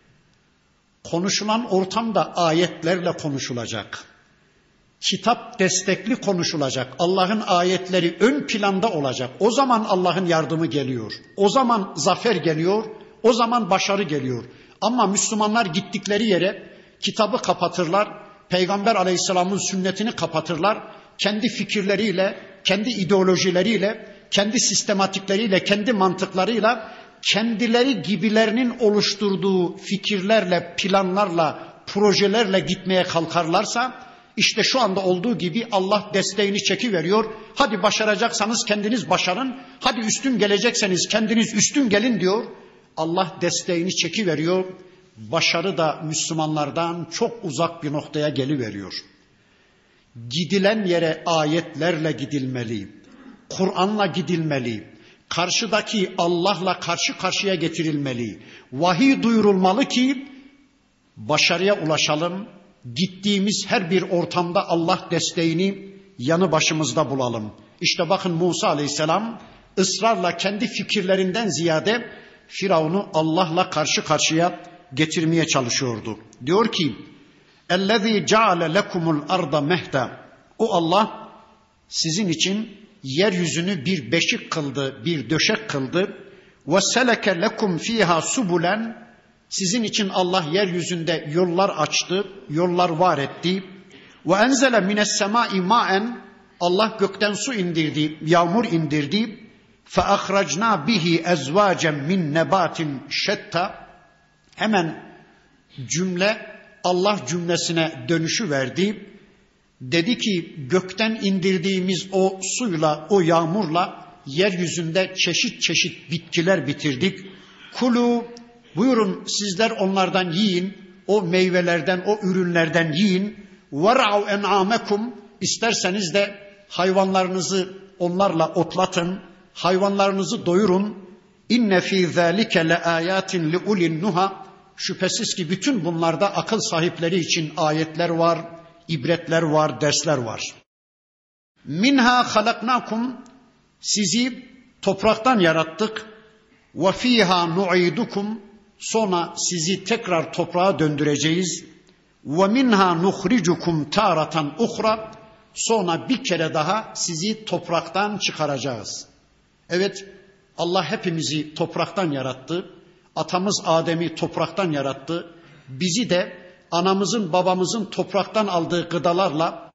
Konuşulan ortamda ayetlerle konuşulacak. Kitap destekli konuşulacak. Allah'ın ayetleri ön planda olacak. O zaman Allah'ın yardımı geliyor. O zaman zafer geliyor. O zaman başarı geliyor. Ama Müslümanlar gittikleri yere kitabı kapatırlar. Peygamber Aleyhisselam'ın sünnetini kapatırlar. Kendi fikirleriyle, kendi ideolojileriyle, kendi sistematikleriyle, kendi mantıklarıyla, kendileri gibilerinin oluşturduğu fikirlerle, planlarla, projelerle gitmeye kalkarlarsa İşte şu anda olduğu gibi Allah desteğini çekiveriyor. Hadi başaracaksanız kendiniz başarın. Hadi üstün gelecekseniz kendiniz üstün gelin diyor. Allah desteğini çekiveriyor. Başarı da Müslümanlardan çok uzak bir noktaya geliveriyor. Gidilen yere ayetlerle gidilmeli. Kur'an'la gidilmeli. karşıdaki Allah'la karşı karşıya getirilmeli. Vahiy duyurulmalı ki başarıya ulaşalım. Gittiğimiz her bir ortamda Allah desteğini yanı başımızda bulalım. İşte bakın Musa Aleyhisselam ısrarla kendi fikirlerinden ziyade Firavun'u Allah'la karşı karşıya getirmeye çalışıyordu. Diyor ki: "Ellezî ceale lekumul arda mehda." O Allah sizin için yeryüzünü bir beşik kıldı, bir döşek kıldı. "Ve seleke lekum fiha subulen." Sizin için Allah yeryüzünde yollar açtı, yollar var etti. "Ve enzele mines semâi mâen." Allah gökten su indirdi, yağmur indirdi. فَاَخْرَجْنَا بِهِ اَزْوَاجًا مِنْ نَبَاتٍ شَتَّى. Hemen cümle Allah cümlesine dönüşü verdi. Dedi ki gökten indirdiğimiz o suyla, o yağmurla yeryüzünde çeşit çeşit bitkiler bitirdik. Kulu, buyurun sizler onlardan yiyin, o meyvelerden, o ürünlerden yiyin. وَرَعُوا اَنْعَامَكُمْ. İsterseniz de hayvanlarınızı onlarla otlatın, hayvanlarınızı doyurun. İnne fî zâlike le âyâtin li ulin nuha. Şüphesiz ki bütün bunlarda akıl sahipleri için ayetler var, ibretler var, dersler var. Minha halaknakum. Sizi topraktan yarattık. Ve fîhâ nu'idukum. Sonra sizi tekrar toprağa döndüreceğiz. Ve minha nuhricukum târatan uhra. Sonra bir kere daha sizi topraktan çıkaracağız. Evet, Allah hepimizi topraktan yarattı. Atamız Adem'i topraktan yarattı. Bizi de anamızın babamızın topraktan aldığı gıdalarla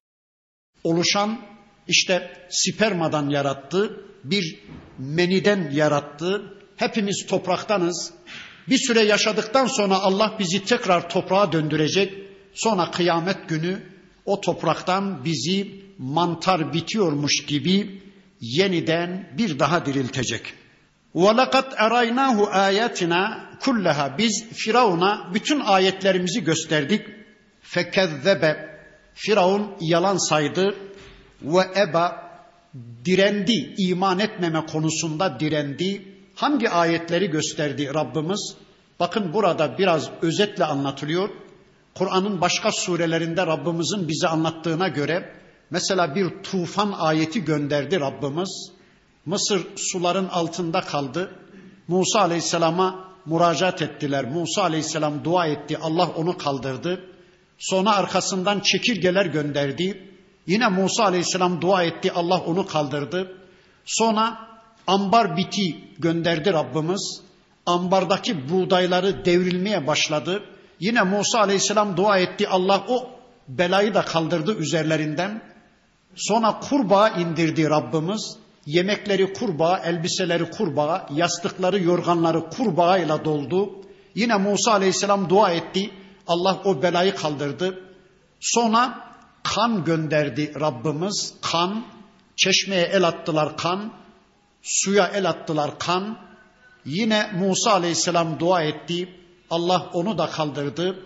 oluşan işte spermadan yarattı. Bir meniden yarattı. Hepimiz topraktanız. Bir süre yaşadıktan sonra Allah bizi tekrar toprağa döndürecek. Sonra kıyamet günü o topraktan bizi mantar bitiyormuş gibi yeniden bir daha diriltecek. وَلَقَدْ اَرَيْنَاهُ آيَاتِنَا كُلَّهَا. Biz Firavun'a bütün ayetlerimizi gösterdik. فَكَذَّبَ. Firavun yalan saydı. وَاَبَا. Direndi, iman etmeme konusunda direndi. Hangi ayetleri gösterdi Rabbimiz? Bakın burada biraz özetle anlatılıyor. Kur'an'ın başka surelerinde Rabbimizin bize anlattığına göre mesela bir tufan ayeti gönderdi Rabbimiz. Mısır suların altında kaldı. Musa Aleyhisselam'a müracaat ettiler. Musa Aleyhisselam dua etti. Allah onu kaldırdı. Sonra arkasından çekirgeler gönderdi. Yine Musa Aleyhisselam dua etti. Allah onu kaldırdı. Sonra ambar biti gönderdi Rabbimiz. Ambardaki buğdayları devrilmeye başladı. Yine Musa Aleyhisselam dua etti. Allah o belayı da kaldırdı üzerlerinden. Sonra kurbağa indirdi Rabbimiz. Yemekleri kurbağa, elbiseleri kurbağa, yastıkları, yorganları kurbağayla doldu. Yine Musa Aleyhisselam dua etti. Allah o belayı kaldırdı. Sonra kan gönderdi Rabbimiz. Kan, çeşmeye el attılar kan, suya el attılar kan. Yine Musa Aleyhisselam dua etti. Allah onu da kaldırdı.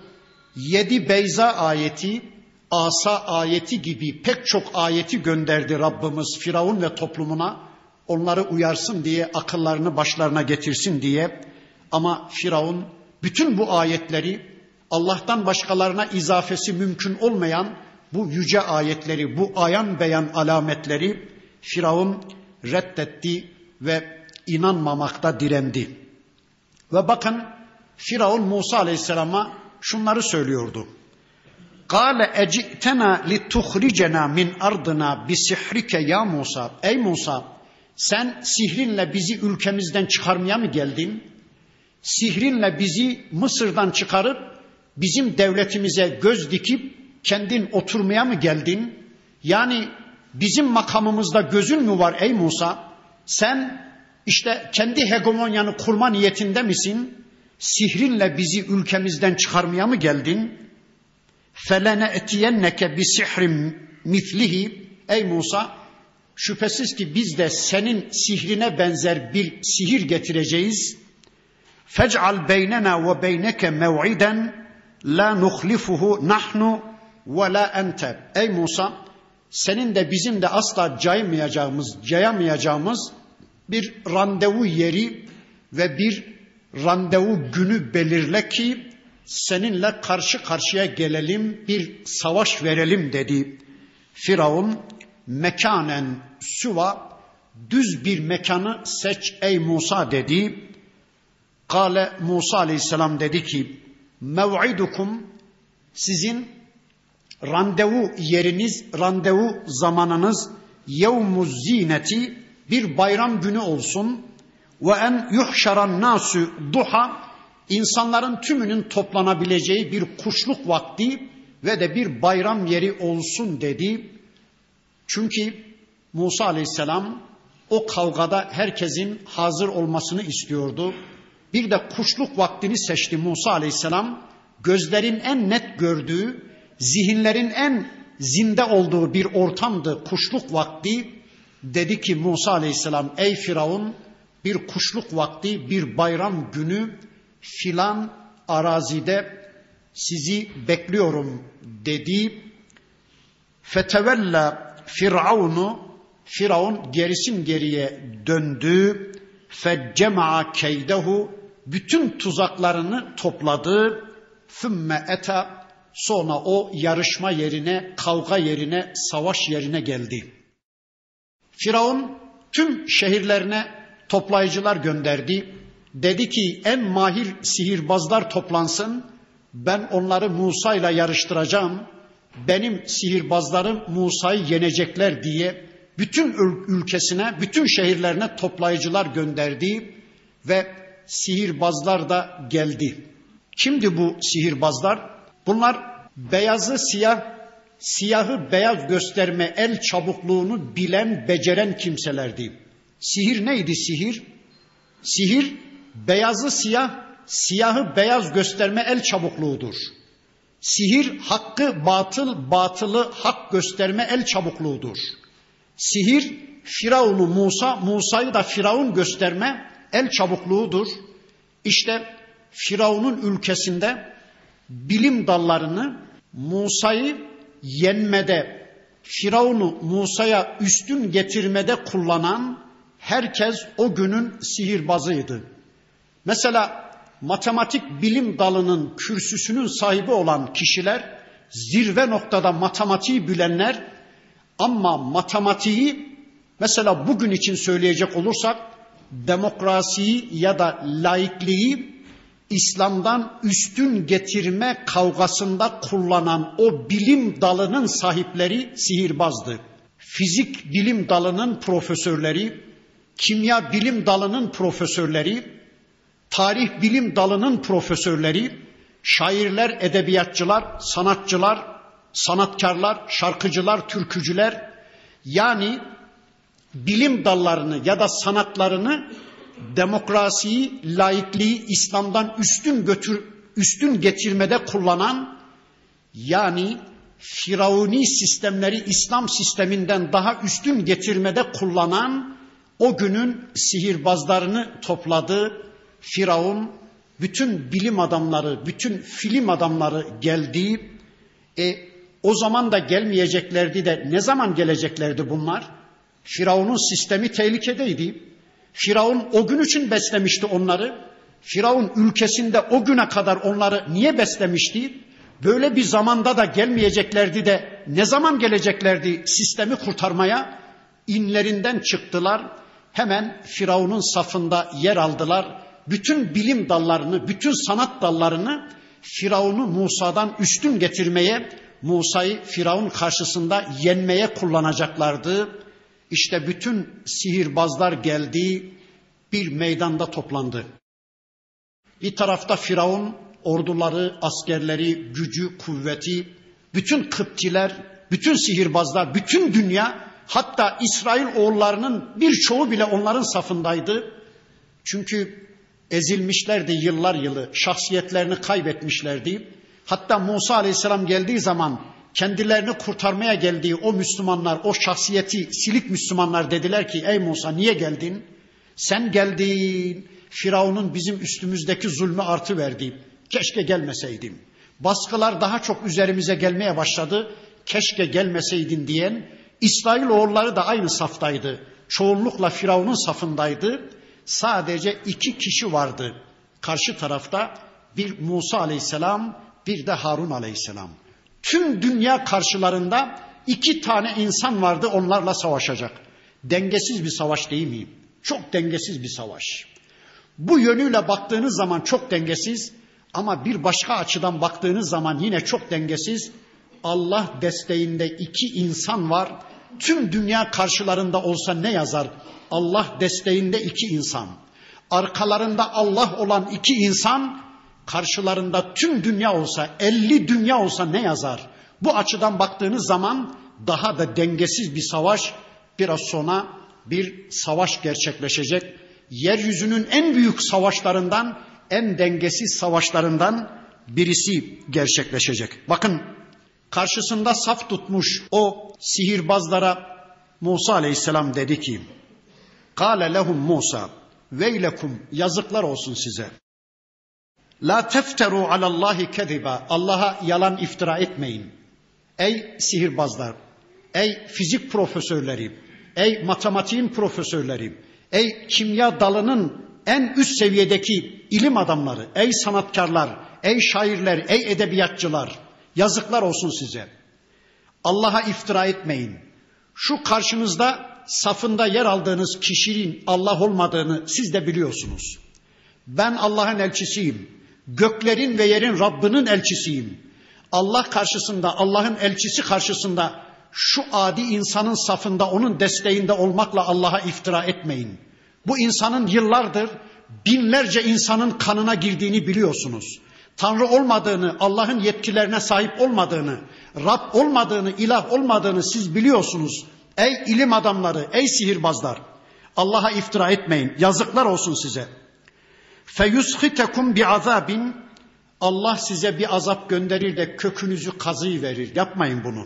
7 Beyza ayeti, Asa ayeti gibi pek çok ayeti gönderdi Rabbimiz Firavun ve toplumuna. Onları uyarsın diye, akıllarını başlarına getirsin diye. Ama Firavun bütün bu ayetleri, Allah'tan başkalarına izafesi mümkün olmayan bu yüce ayetleri, bu ayan beyan alametleri Firavun reddetti ve inanmamakta direndi. Ve bakın Firavun Musa Aleyhisselam'a şunları söylüyordu. Kâle ecitena lituhricena min ardına bisihrike ya Musa. Ey Musa, sen sihrinle bizi ülkemizden çıkarmaya mı geldin? Sihrinle bizi Mısır'dan çıkarıp bizim devletimize göz dikip kendin oturmaya mı geldin? Yani bizim makamımızda gözün mü var ey Musa? Sen işte kendi hegemonyanı kurma niyetinde misin? Sihrinle bizi ülkemizden çıkarmaya mı geldin? فَلَنَأْتِيَنَّكَ بِسِحْرٍ مِثْلِهِ. Ey Musa, şüphesiz ki biz de senin sihrine benzer bir sihir getireceğiz. فَجْعَلْ بَيْنَنَا وَبَيْنَكَ مَوْعِدًا لَا نُخْلِفُهُ نَحْنُ وَلَا أَنْتَ. Ey Musa, senin de bizim de asla cayamayacağımız bir randevu yeri ve bir randevu günü belirle ki seninle karşı karşıya gelelim, bir savaş verelim dedi. Firavun mekanen süva, düz bir mekanı seç ey Musa dedi. Kale Musa aleyhisselam dedi ki mev'idukum, sizin randevu yeriniz, randevu zamanınız yevmuz zineti, bir bayram günü olsun. Ve en yuhşaran nasu duha, insanların tümünün toplanabileceği bir kuşluk vakti ve de bir bayram yeri olsun dedi. Çünkü Musa aleyhisselam o kavgada herkesin hazır olmasını istiyordu. Bir de kuşluk vaktini seçti Musa aleyhisselam. Gözlerin en net gördüğü, zihinlerin en zinde olduğu bir ortamdı kuşluk vakti. Dedi ki Musa aleyhisselam, ey Firavun, bir kuşluk vakti, bir bayram günü filan arazide sizi bekliyorum dedi. Fetevella Firavunu, Firavun gerisin geriye döndü. Feccema'a keydehu, bütün tuzaklarını topladı. Fümme eta, sonra o yarışma yerine, kavga yerine, savaş yerine geldi. Firavun tüm şehirlerine toplayıcılar gönderdi. Dedi ki en mahir sihirbazlar toplansın. Ben onları Musa ile yarıştıracağım. Benim sihirbazlarım Musa'yı yenecekler diye bütün ülkesine, bütün şehirlerine toplayıcılar gönderdi ve sihirbazlar da geldi. Kimdi bu sihirbazlar? Bunlar beyazı siyah, siyahı beyaz gösterme el çabukluğunu bilen, beceren kimselerdi. Sihir neydi sihir? Sihir beyazı siyah, siyahı beyaz gösterme el çabukluğudur. Sihir hakkı batıl, batılı hak gösterme el çabukluğudur. Sihir Firavun'u Musa, Musa'yı da Firavun gösterme el çabukluğudur. İşte Firavun'un ülkesinde bilim dallarını Musa'yı yenmede, Firavun'u Musa'ya üstün getirmede kullanan herkes o günün sihirbazıydı. Mesela matematik bilim dalının kürsüsünün sahibi olan kişiler, zirve noktada matematiği bilenler, ama matematiği mesela bugün için söyleyecek olursak demokrasiyi ya da laikliği İslam'dan üstün getirme kavgasında kullanan o bilim dalının sahipleri sihirbazdı. Fizik bilim dalının profesörleri, kimya bilim dalının profesörleri, tarih bilim dalının profesörleri, şairler, edebiyatçılar, sanatçılar, sanatkarlar, şarkıcılar, türkücüler, yani bilim dallarını ya da sanatlarını demokrasiyi, laikliği İslam'dan üstün getirmede kullanan, yani Firavuni sistemleri İslam sisteminden daha üstün getirmede kullanan o günün sihirbazlarını topladı. Firavun, bütün bilim adamları, bütün film adamları geldi. O zaman da gelmeyeceklerdi de ne zaman geleceklerdi bunlar? Firavun'un sistemi tehlikedeydi. Firavun o gün için beslemişti onları. Firavun ülkesinde o güne kadar onları niye beslemişti? Böyle bir zamanda da gelmeyeceklerdi de ne zaman geleceklerdi sistemi kurtarmaya? İnlerinden çıktılar. Hemen Firavun'un safında yer aldılar. Bütün bilim dallarını, bütün sanat dallarını Firavun'u Musa'dan üstün getirmeye, Musa'yı Firavun karşısında yenmeye kullanacaklardı. İşte bütün sihirbazlar geldi, bir meydanda toplandı. Bir tarafta Firavun, orduları, askerleri, gücü, kuvveti, bütün Kıptiler, bütün sihirbazlar, bütün dünya, hatta İsrail oğullarının birçoğu bile onların safındaydı. Çünkü ezilmişlerdi yıllar yılı, şahsiyetlerini kaybetmişlerdi. Hatta Musa aleyhisselam geldiği zaman kendilerini kurtarmaya geldiği o Müslümanlar, o şahsiyeti silik Müslümanlar dediler ki ey Musa niye geldin? Sen geldin, Firavun'un bizim üstümüzdeki zulmü artıverdi. Keşke gelmeseydim. Baskılar daha çok üzerimize gelmeye başladı. Keşke gelmeseydin diyen İsrail oğulları da aynı saftaydı. çoğunlukla Firavun'un safındaydı. Sadece 2 kişi vardı karşı tarafta, bir Musa aleyhisselam, bir de Harun aleyhisselam. Tüm dünya karşılarında 2 tane insan vardı, onlarla savaşacak. Dengesiz bir savaş değil mi? Çok dengesiz bir savaş. Bu yönüyle baktığınız zaman çok dengesiz, ama bir başka açıdan baktığınız zaman yine çok dengesiz. Allah desteğinde 2 insan var. Tüm dünya karşılarında olsa ne yazar? Allah desteğinde 2 insan. Arkalarında Allah olan 2 insan, karşılarında tüm dünya olsa, 50 dünya olsa ne yazar? Bu açıdan baktığınız zaman daha da dengesiz bir savaş, biraz sonra bir savaş gerçekleşecek. Yeryüzünün en büyük savaşlarından, en dengesiz savaşlarından birisi gerçekleşecek. Bakın, karşısında saf tutmuş o sihirbazlara Musa aleyhisselam dedi ki, "Kâle lehum Musa, veylekum, yazıklar olsun size. La tefteru alallahi keziba, Allah'a yalan iftira etmeyin. Ey sihirbazlar, ey fizik profesörleri, ey matematiğin profesörleri, ey kimya dalının en üst seviyedeki ilim adamları, ey sanatkarlar, ey şairler, ey edebiyatçılar, yazıklar olsun size. Allah'a iftira etmeyin. Şu karşınızda safında yer aldığınız kişinin Allah olmadığını siz de biliyorsunuz. Ben Allah'ın elçisiyim. Göklerin ve yerin Rabbinin elçisiyim. Allah karşısında, Allah'ın elçisi karşısında şu adi insanın safında, onun desteğinde olmakla Allah'a iftira etmeyin. Bu insanın yıllardır binlerce insanın kanına girdiğini biliyorsunuz. Tanrı olmadığını, Allah'ın yetkilerine sahip olmadığını, Rab olmadığını, ilah olmadığını siz biliyorsunuz. Ey ilim adamları, ey sihirbazlar, Allah'a iftira etmeyin. Yazıklar olsun size. Feyushitekum bi'azabin, Allah size bir azap gönderir de kökünüzü kazıyıverir. Yapmayın bunu.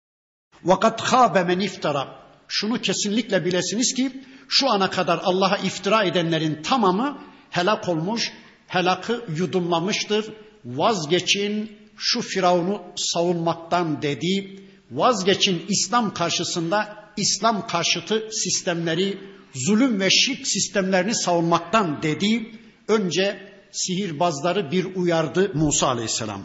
Vakat khâbe men iftara. Şunu kesinlikle bilesiniz ki şu ana kadar Allah'a iftira edenlerin tamamı helak olmuş, helakı yudumlamıştır. Vazgeçin şu Firavun'u savunmaktan dedi. Vazgeçin İslam karşısında İslam karşıtı sistemleri, zulüm ve şirk sistemlerini savunmaktan dedi. Önce sihirbazları bir uyardı Musa aleyhisselam.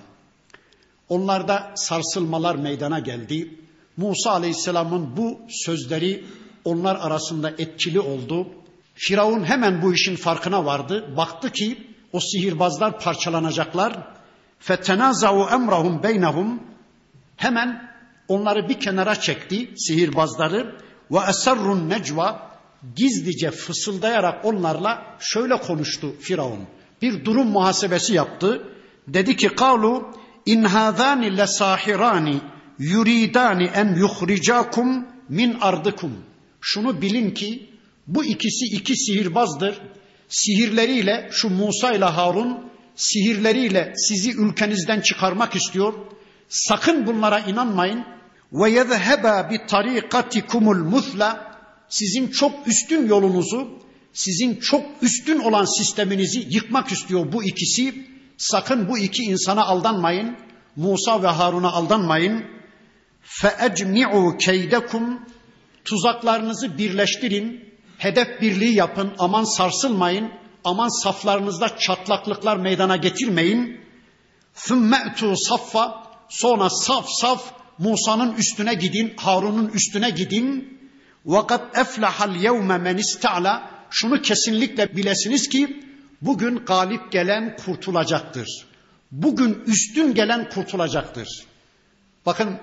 Onlarda sarsılmalar meydana geldi. Musa aleyhisselamın bu sözleri onlar arasında etkili oldu. Firavun hemen bu işin farkına vardı. Baktı ki o sihirbazlar parçalanacaklar. فَتَنَازَعُوا اَمْرَهُمْ بَيْنَهُمْ, hemen onları bir kenara çekti sihirbazları. وَاَسَرُّ النَّجْوَى, gizlice fısıldayarak onlarla şöyle konuştu Firavun. Bir durum muhasebesi yaptı. Dedi ki قَالُوا اِنْ هَذَانِ لَسَاحِرَانِ yuridani en yuhricakum min ardıkum. Şunu bilin ki bu ikisi 2 sihirbazdır. Sihirleriyle, şu Musa ile Harun sihirleriyle sizi ülkenizden çıkarmak istiyor. Sakın bunlara inanmayın. Ve yezheba bi tarikatikumul musla, sizin çok üstün yolunuzu, sizin çok üstün olan sisteminizi yıkmak istiyor bu ikisi. Sakın bu 2 insana aldanmayın. Musa ve Harun'a aldanmayın. فَاَجْمِعُوا كَيْدَكُمْ, tuzaklarınızı birleştirin, hedef birliği yapın, aman sarsılmayın, aman saflarınızda çatlaklıklar meydana getirmeyin. ثُمَّأْتُوا صَفَّ, sonra saf saf Musa'nın üstüne gidin, Harun'un üstüne gidin. وَقَدْ اَفْلَحَ الْيَوْمَ مَنْ اِسْتَعْلَى, şunu kesinlikle bilesiniz ki bugün galip gelen kurtulacaktır. Bugün üstün gelen kurtulacaktır. Bakın,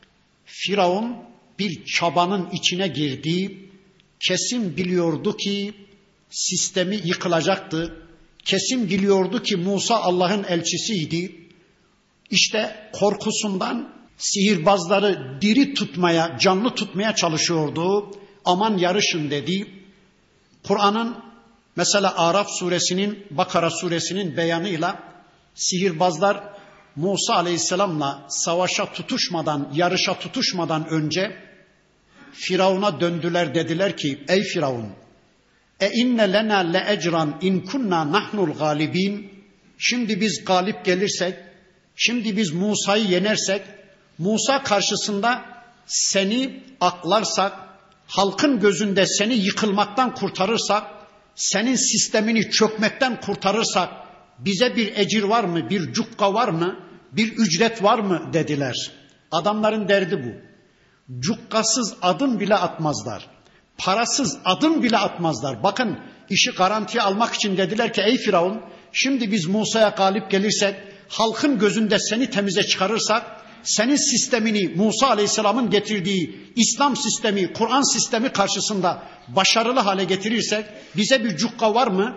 Firavun bir çabanın içine girdi. Kesin biliyordu ki sistemi yıkılacaktı. Kesin biliyordu ki Musa Allah'ın elçisiydi. İşte korkusundan sihirbazları diri tutmaya, canlı tutmaya çalışıyordu. Aman yarışın dedi. Kur'an'ın mesela Araf suresinin, Bakara suresinin beyanıyla sihirbazlar Musa aleyhisselamla savaşa tutuşmadan, yarışa tutuşmadan önce Firavun'a döndüler, dediler ki ey Firavun, inne lena le ecran in kunna nahnul galibin, şimdi biz galip gelirsek, şimdi biz Musa'yı yenersek, Musa karşısında seni aklarsak, halkın gözünde seni yıkılmaktan kurtarırsak, senin sistemini çökmekten kurtarırsak bize bir ecir var mı, bir cukka var mı, bir ücret var mı dediler. Adamların derdi bu. Cukkasız adım bile atmazlar. Parasız adım bile atmazlar. Bakın, işi garantiye almak için dediler ki ey Firavun, şimdi biz Musa'ya galip gelirsek, halkın gözünde seni temize çıkarırsak, senin sistemini, Musa Aleyhisselam'ın getirdiği İslam sistemi, Kur'an sistemi karşısında başarılı hale getirirsek bize bir cukka var mı?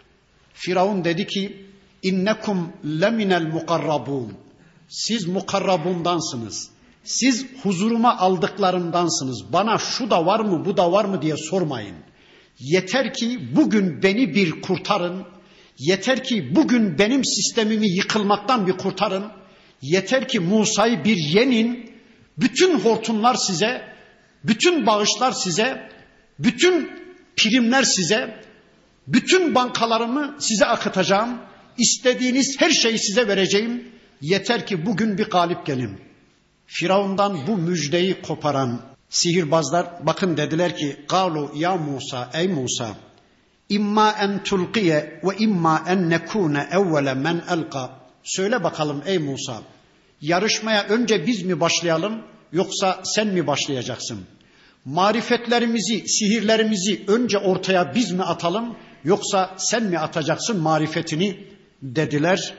Firavun dedi ki innekum leminel mukarrabun. Siz mukarrabundansınız. Siz huzuruma aldıklarımdansınız. Bana şu da var mı, bu da var mı diye sormayın. Yeter ki bugün beni bir kurtarın. Yeter ki bugün benim sistemimi yıkılmaktan bir kurtarın. Yeter ki Musa'yı bir yenin. Bütün hortumlar size, bütün bağışlar size, bütün primler size, bütün bankalarımı size akıtacağım. İstediğiniz her şeyi size vereceğim. Yeter ki bugün bir galip gelin. Firavundan bu müjdeyi koparan sihirbazlar bakın dediler ki "Galu ya Musa, ey Musa, imma en tulqiye ve imma en nekune evvele men elqa." Söyle bakalım ey Musa, yarışmaya önce biz mi başlayalım yoksa sen mi başlayacaksın? Marifetlerimizi, sihirlerimizi önce ortaya biz mi atalım yoksa sen mi atacaksın marifetini dediler.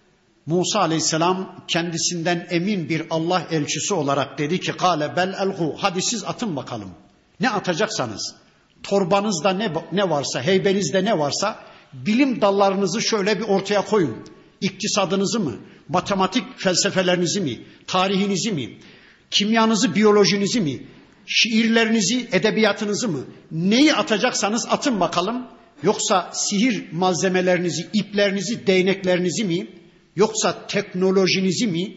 Musa Aleyhisselam kendisinden emin bir Allah elçisi olarak dedi ki "Kale bel elhu." Hadi siz atın bakalım. Ne atacaksanız, torbanızda ne varsa, heybenizde ne varsa bilim dallarınızı şöyle bir ortaya koyun. İktisadınızı mı, matematik felsefelerinizi mi, tarihinizi mi, kimyanızı, biyolojinizi mi, şiirlerinizi, edebiyatınızı mı, neyi atacaksanız atın bakalım. Yoksa sihir malzemelerinizi, iplerinizi, değneklerinizi mi, yoksa teknolojinizi mi,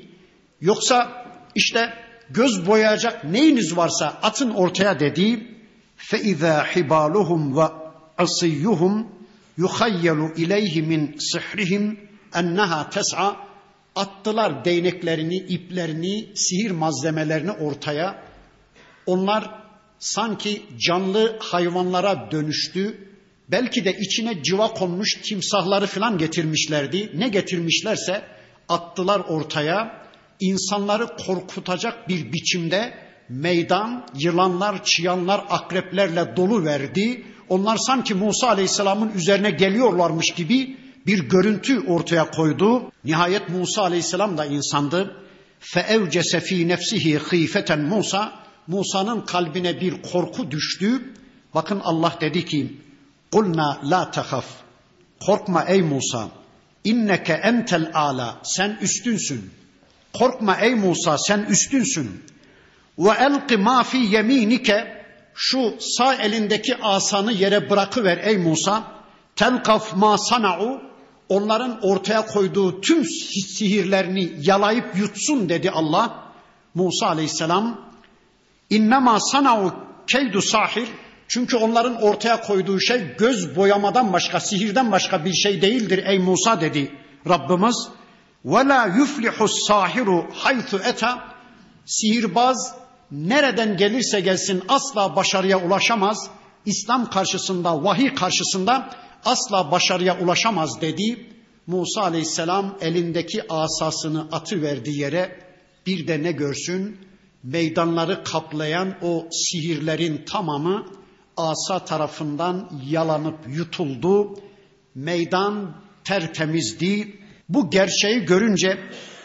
yoksa işte göz boyayacak neyiniz varsa atın ortaya dedi. فَاِذَا حِبَالُهُمْ وَعَصِيُّهُمْ يُخَيَّلُ اِلَيْهِ مِنْ سِحْرِهِمْ اَنَّهَا تَسْعَى. Attılar değneklerini, iplerini, sihir malzemelerini ortaya. Onlar sanki canlı hayvanlara dönüştü. Belki de içine cıva konmuş timsahları falan getirmişlerdi. Ne getirmişlerse attılar ortaya. İnsanları korkutacak bir biçimde meydan yılanlar, çıyanlar, akreplerle dolu verdi. Onlar sanki Musa Aleyhisselam'ın üzerine geliyorlarmış gibi bir görüntü ortaya koydu. Nihayet Musa Aleyhisselam da insandı. فَاَوْجَسَ ف۪ي نَفْسِهِ خِيفَةً Musa, Musa'nın kalbine bir korku düştü. Bakın Allah dedi ki "Kulna la tehaf." Korkma ey Musa. İnneke entel ala. Sen üstünsün. Korkma ey Musa, sen üstünsün. Ve elqi ma fi yeminike. Şu sağ elindeki asanı yere bırakıver ey Musa. Telkaf ma sana'u. Onların ortaya koyduğu tüm sihirlerini yalayıp yutsun dedi Allah. Musa Aleyhisselam innema sana'u keydu sahir. Çünkü onların ortaya koyduğu şey göz boyamadan başka, sihirden başka bir şey değildir ey Musa dedi Rabbimiz. وَلَا يُفْلِحُ السَّاهِرُ حَيْثُ اَتَى. Sihirbaz nereden gelirse gelsin asla başarıya ulaşamaz. İslam karşısında, vahiy karşısında asla başarıya ulaşamaz dedi. Musa Aleyhisselam elindeki asasını atıverdi yere. Bir de ne görsün? Meydanları kaplayan o sihirlerin tamamı asa tarafından yalanıp yutuldu. Meydan tertemizdi. Bu gerçeği görünce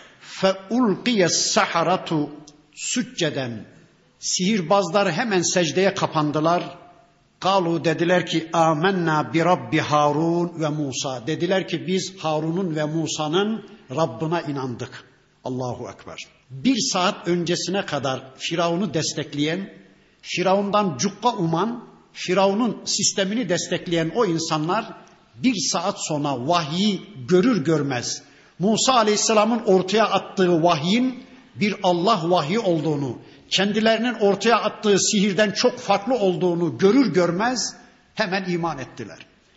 فَاُلْقِيَ السَّحَرَةُ سُجَّدًا. Sihirbazlar hemen secdeye kapandılar. Kalu dediler ki amenna bi Rabbi Harun ve Musa. Dediler ki biz Harun'un ve Musa'nın Rabbına inandık. Allahu Ekber. Bir saat öncesine kadar Firavun'u destekleyen, Firavun'dan cukka uman, Firavun'un sistemini destekleyen o insanlar bir saat sonra vahyi görür görmez Musa Aleyhisselam'ın ortaya attığı vahyin bir Allah vahyi olduğunu, kendilerinin ortaya attığı sihirden çok farklı olduğunu görür görmez hemen iman ettiler.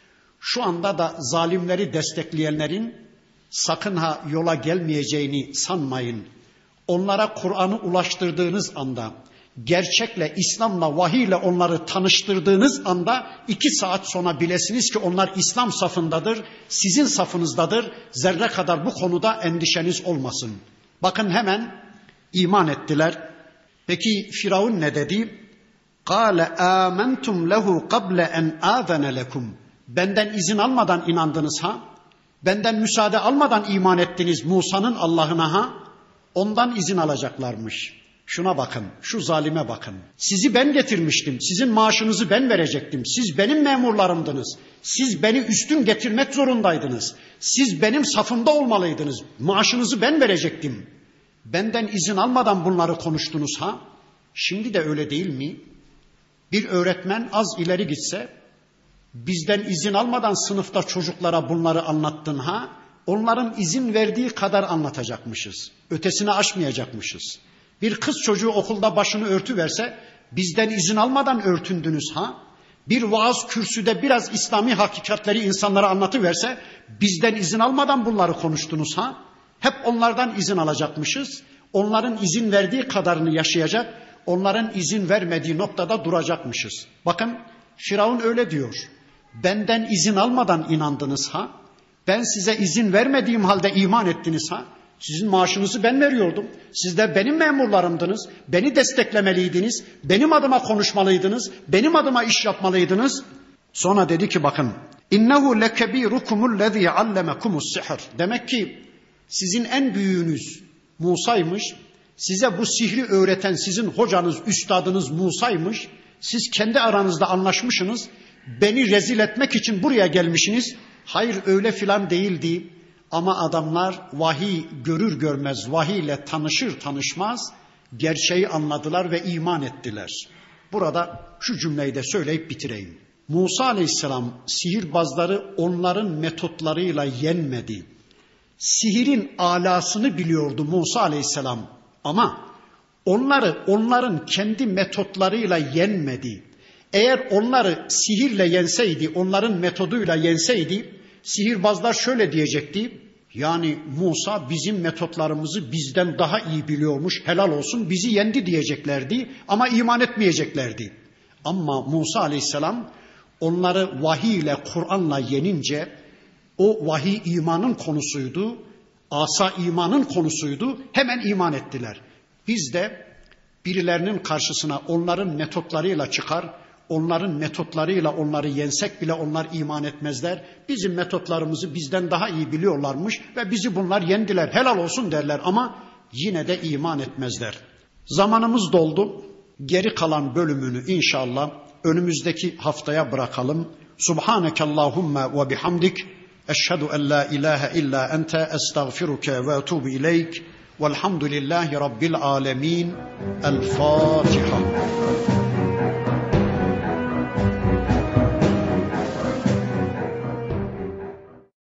Şu anda da zalimleri destekleyenlerin sakın ha yola gelmeyeceğini sanmayın. Onlara Kur'an'ı ulaştırdığınız anda, gerçekle, İslam'la, vahiyle onları tanıştırdığınız anda 2 saat sonra bilesiniz ki onlar İslam safındadır, sizin safınızdadır. Zerre kadar bu konuda endişeniz olmasın. Bakın hemen iman ettiler. Peki Firavun ne dedi? قَالَ آمَنْتُمْ لَهُ قَبْلَ اَنْ آذَنَ لَكُمْ. Benden izin almadan inandınız ha? Benden müsaade almadan iman ettiniz Musa'nın Allah'ına ha? Ondan izin alacaklarmış. Şuna bakın, şu zalime bakın. Sizi ben getirmiştim, sizin maaşınızı ben verecektim. Siz benim memurlarımdınız. Siz beni üstün getirmek zorundaydınız. Siz benim safımda olmalıydınız. Maaşınızı ben verecektim. Benden izin almadan bunları konuştunuz ha? Şimdi de öyle değil mi? Bir öğretmen az ileri gitse, bizden izin almadan sınıfta çocuklara bunları anlattın ha? Onların izin verdiği kadar anlatacakmışız. Ötesini aşmayacakmışız. Bir kız çocuğu okulda başını örtüverse, bizden izin almadan örtündünüz ha? Bir vaaz kürsüde biraz İslami hakikatleri insanlara anlatıverse, bizden izin almadan bunları konuştunuz ha? Hep onlardan izin alacakmışız. Onların izin verdiği kadarını yaşayacak, onların izin vermediği noktada duracakmışız. Bakın Firavun öyle diyor. Benden izin almadan inandınız ha? Ben size izin vermediğim halde iman ettiniz ha? Sizin maaşınızı ben veriyordum. Siz de benim memurlarımdınız. Beni desteklemeliydiniz. Benim adıma konuşmalıydınız. Benim adıma iş yapmalıydınız. Sonra dedi ki bakın. İnnehu lekebirukumul-lezî allemakumus-sihr. Demek ki sizin en büyüğünüz Musa'ymış. Size bu sihri öğreten sizin hocanız, üstadınız Musa'ymış. Siz kendi aranızda anlaşmışsınız. Beni rezil etmek için buraya gelmişsiniz. Hayır öyle filan değildi. Ama adamlar vahiy görür görmez, vahiyle tanışır tanışmaz gerçeği anladılar ve iman ettiler. Burada şu cümleyi de söyleyip bitireyim. Musa aleyhisselam sihirbazları onların metotlarıyla yenmedi. Sihirin alasını biliyordu Musa aleyhisselam ama onların kendi metotlarıyla yenmedi. Eğer onları sihirle yenseydi, onların metoduyla yenseydi, sihirbazlar şöyle diyecekti. Yani Musa bizim metotlarımızı bizden daha iyi biliyormuş, helal olsun bizi yendi diyeceklerdi ama iman etmeyeceklerdi. Ama Musa aleyhisselam onları vahiy ile Kur'an'la yenince o vahiy imanın konusuydu, asa imanın konusuydu, hemen iman ettiler. Biz de birilerinin karşısına onların metotlarıyla çıkar, onların metotlarıyla onları yensek bile onlar iman etmezler. Bizim metotlarımızı bizden daha iyi biliyorlarmış ve bizi bunlar yendiler, helal olsun derler ama yine de iman etmezler. Zamanımız doldu. Geri kalan bölümünü inşallah önümüzdeki haftaya bırakalım. Subhanekallahumma ve bihamdik. Eşhedü en la ilahe illa ente estağfiruke ve etubu ileyk. Velhamdülillahi Rabbil alemin. El Fatiha.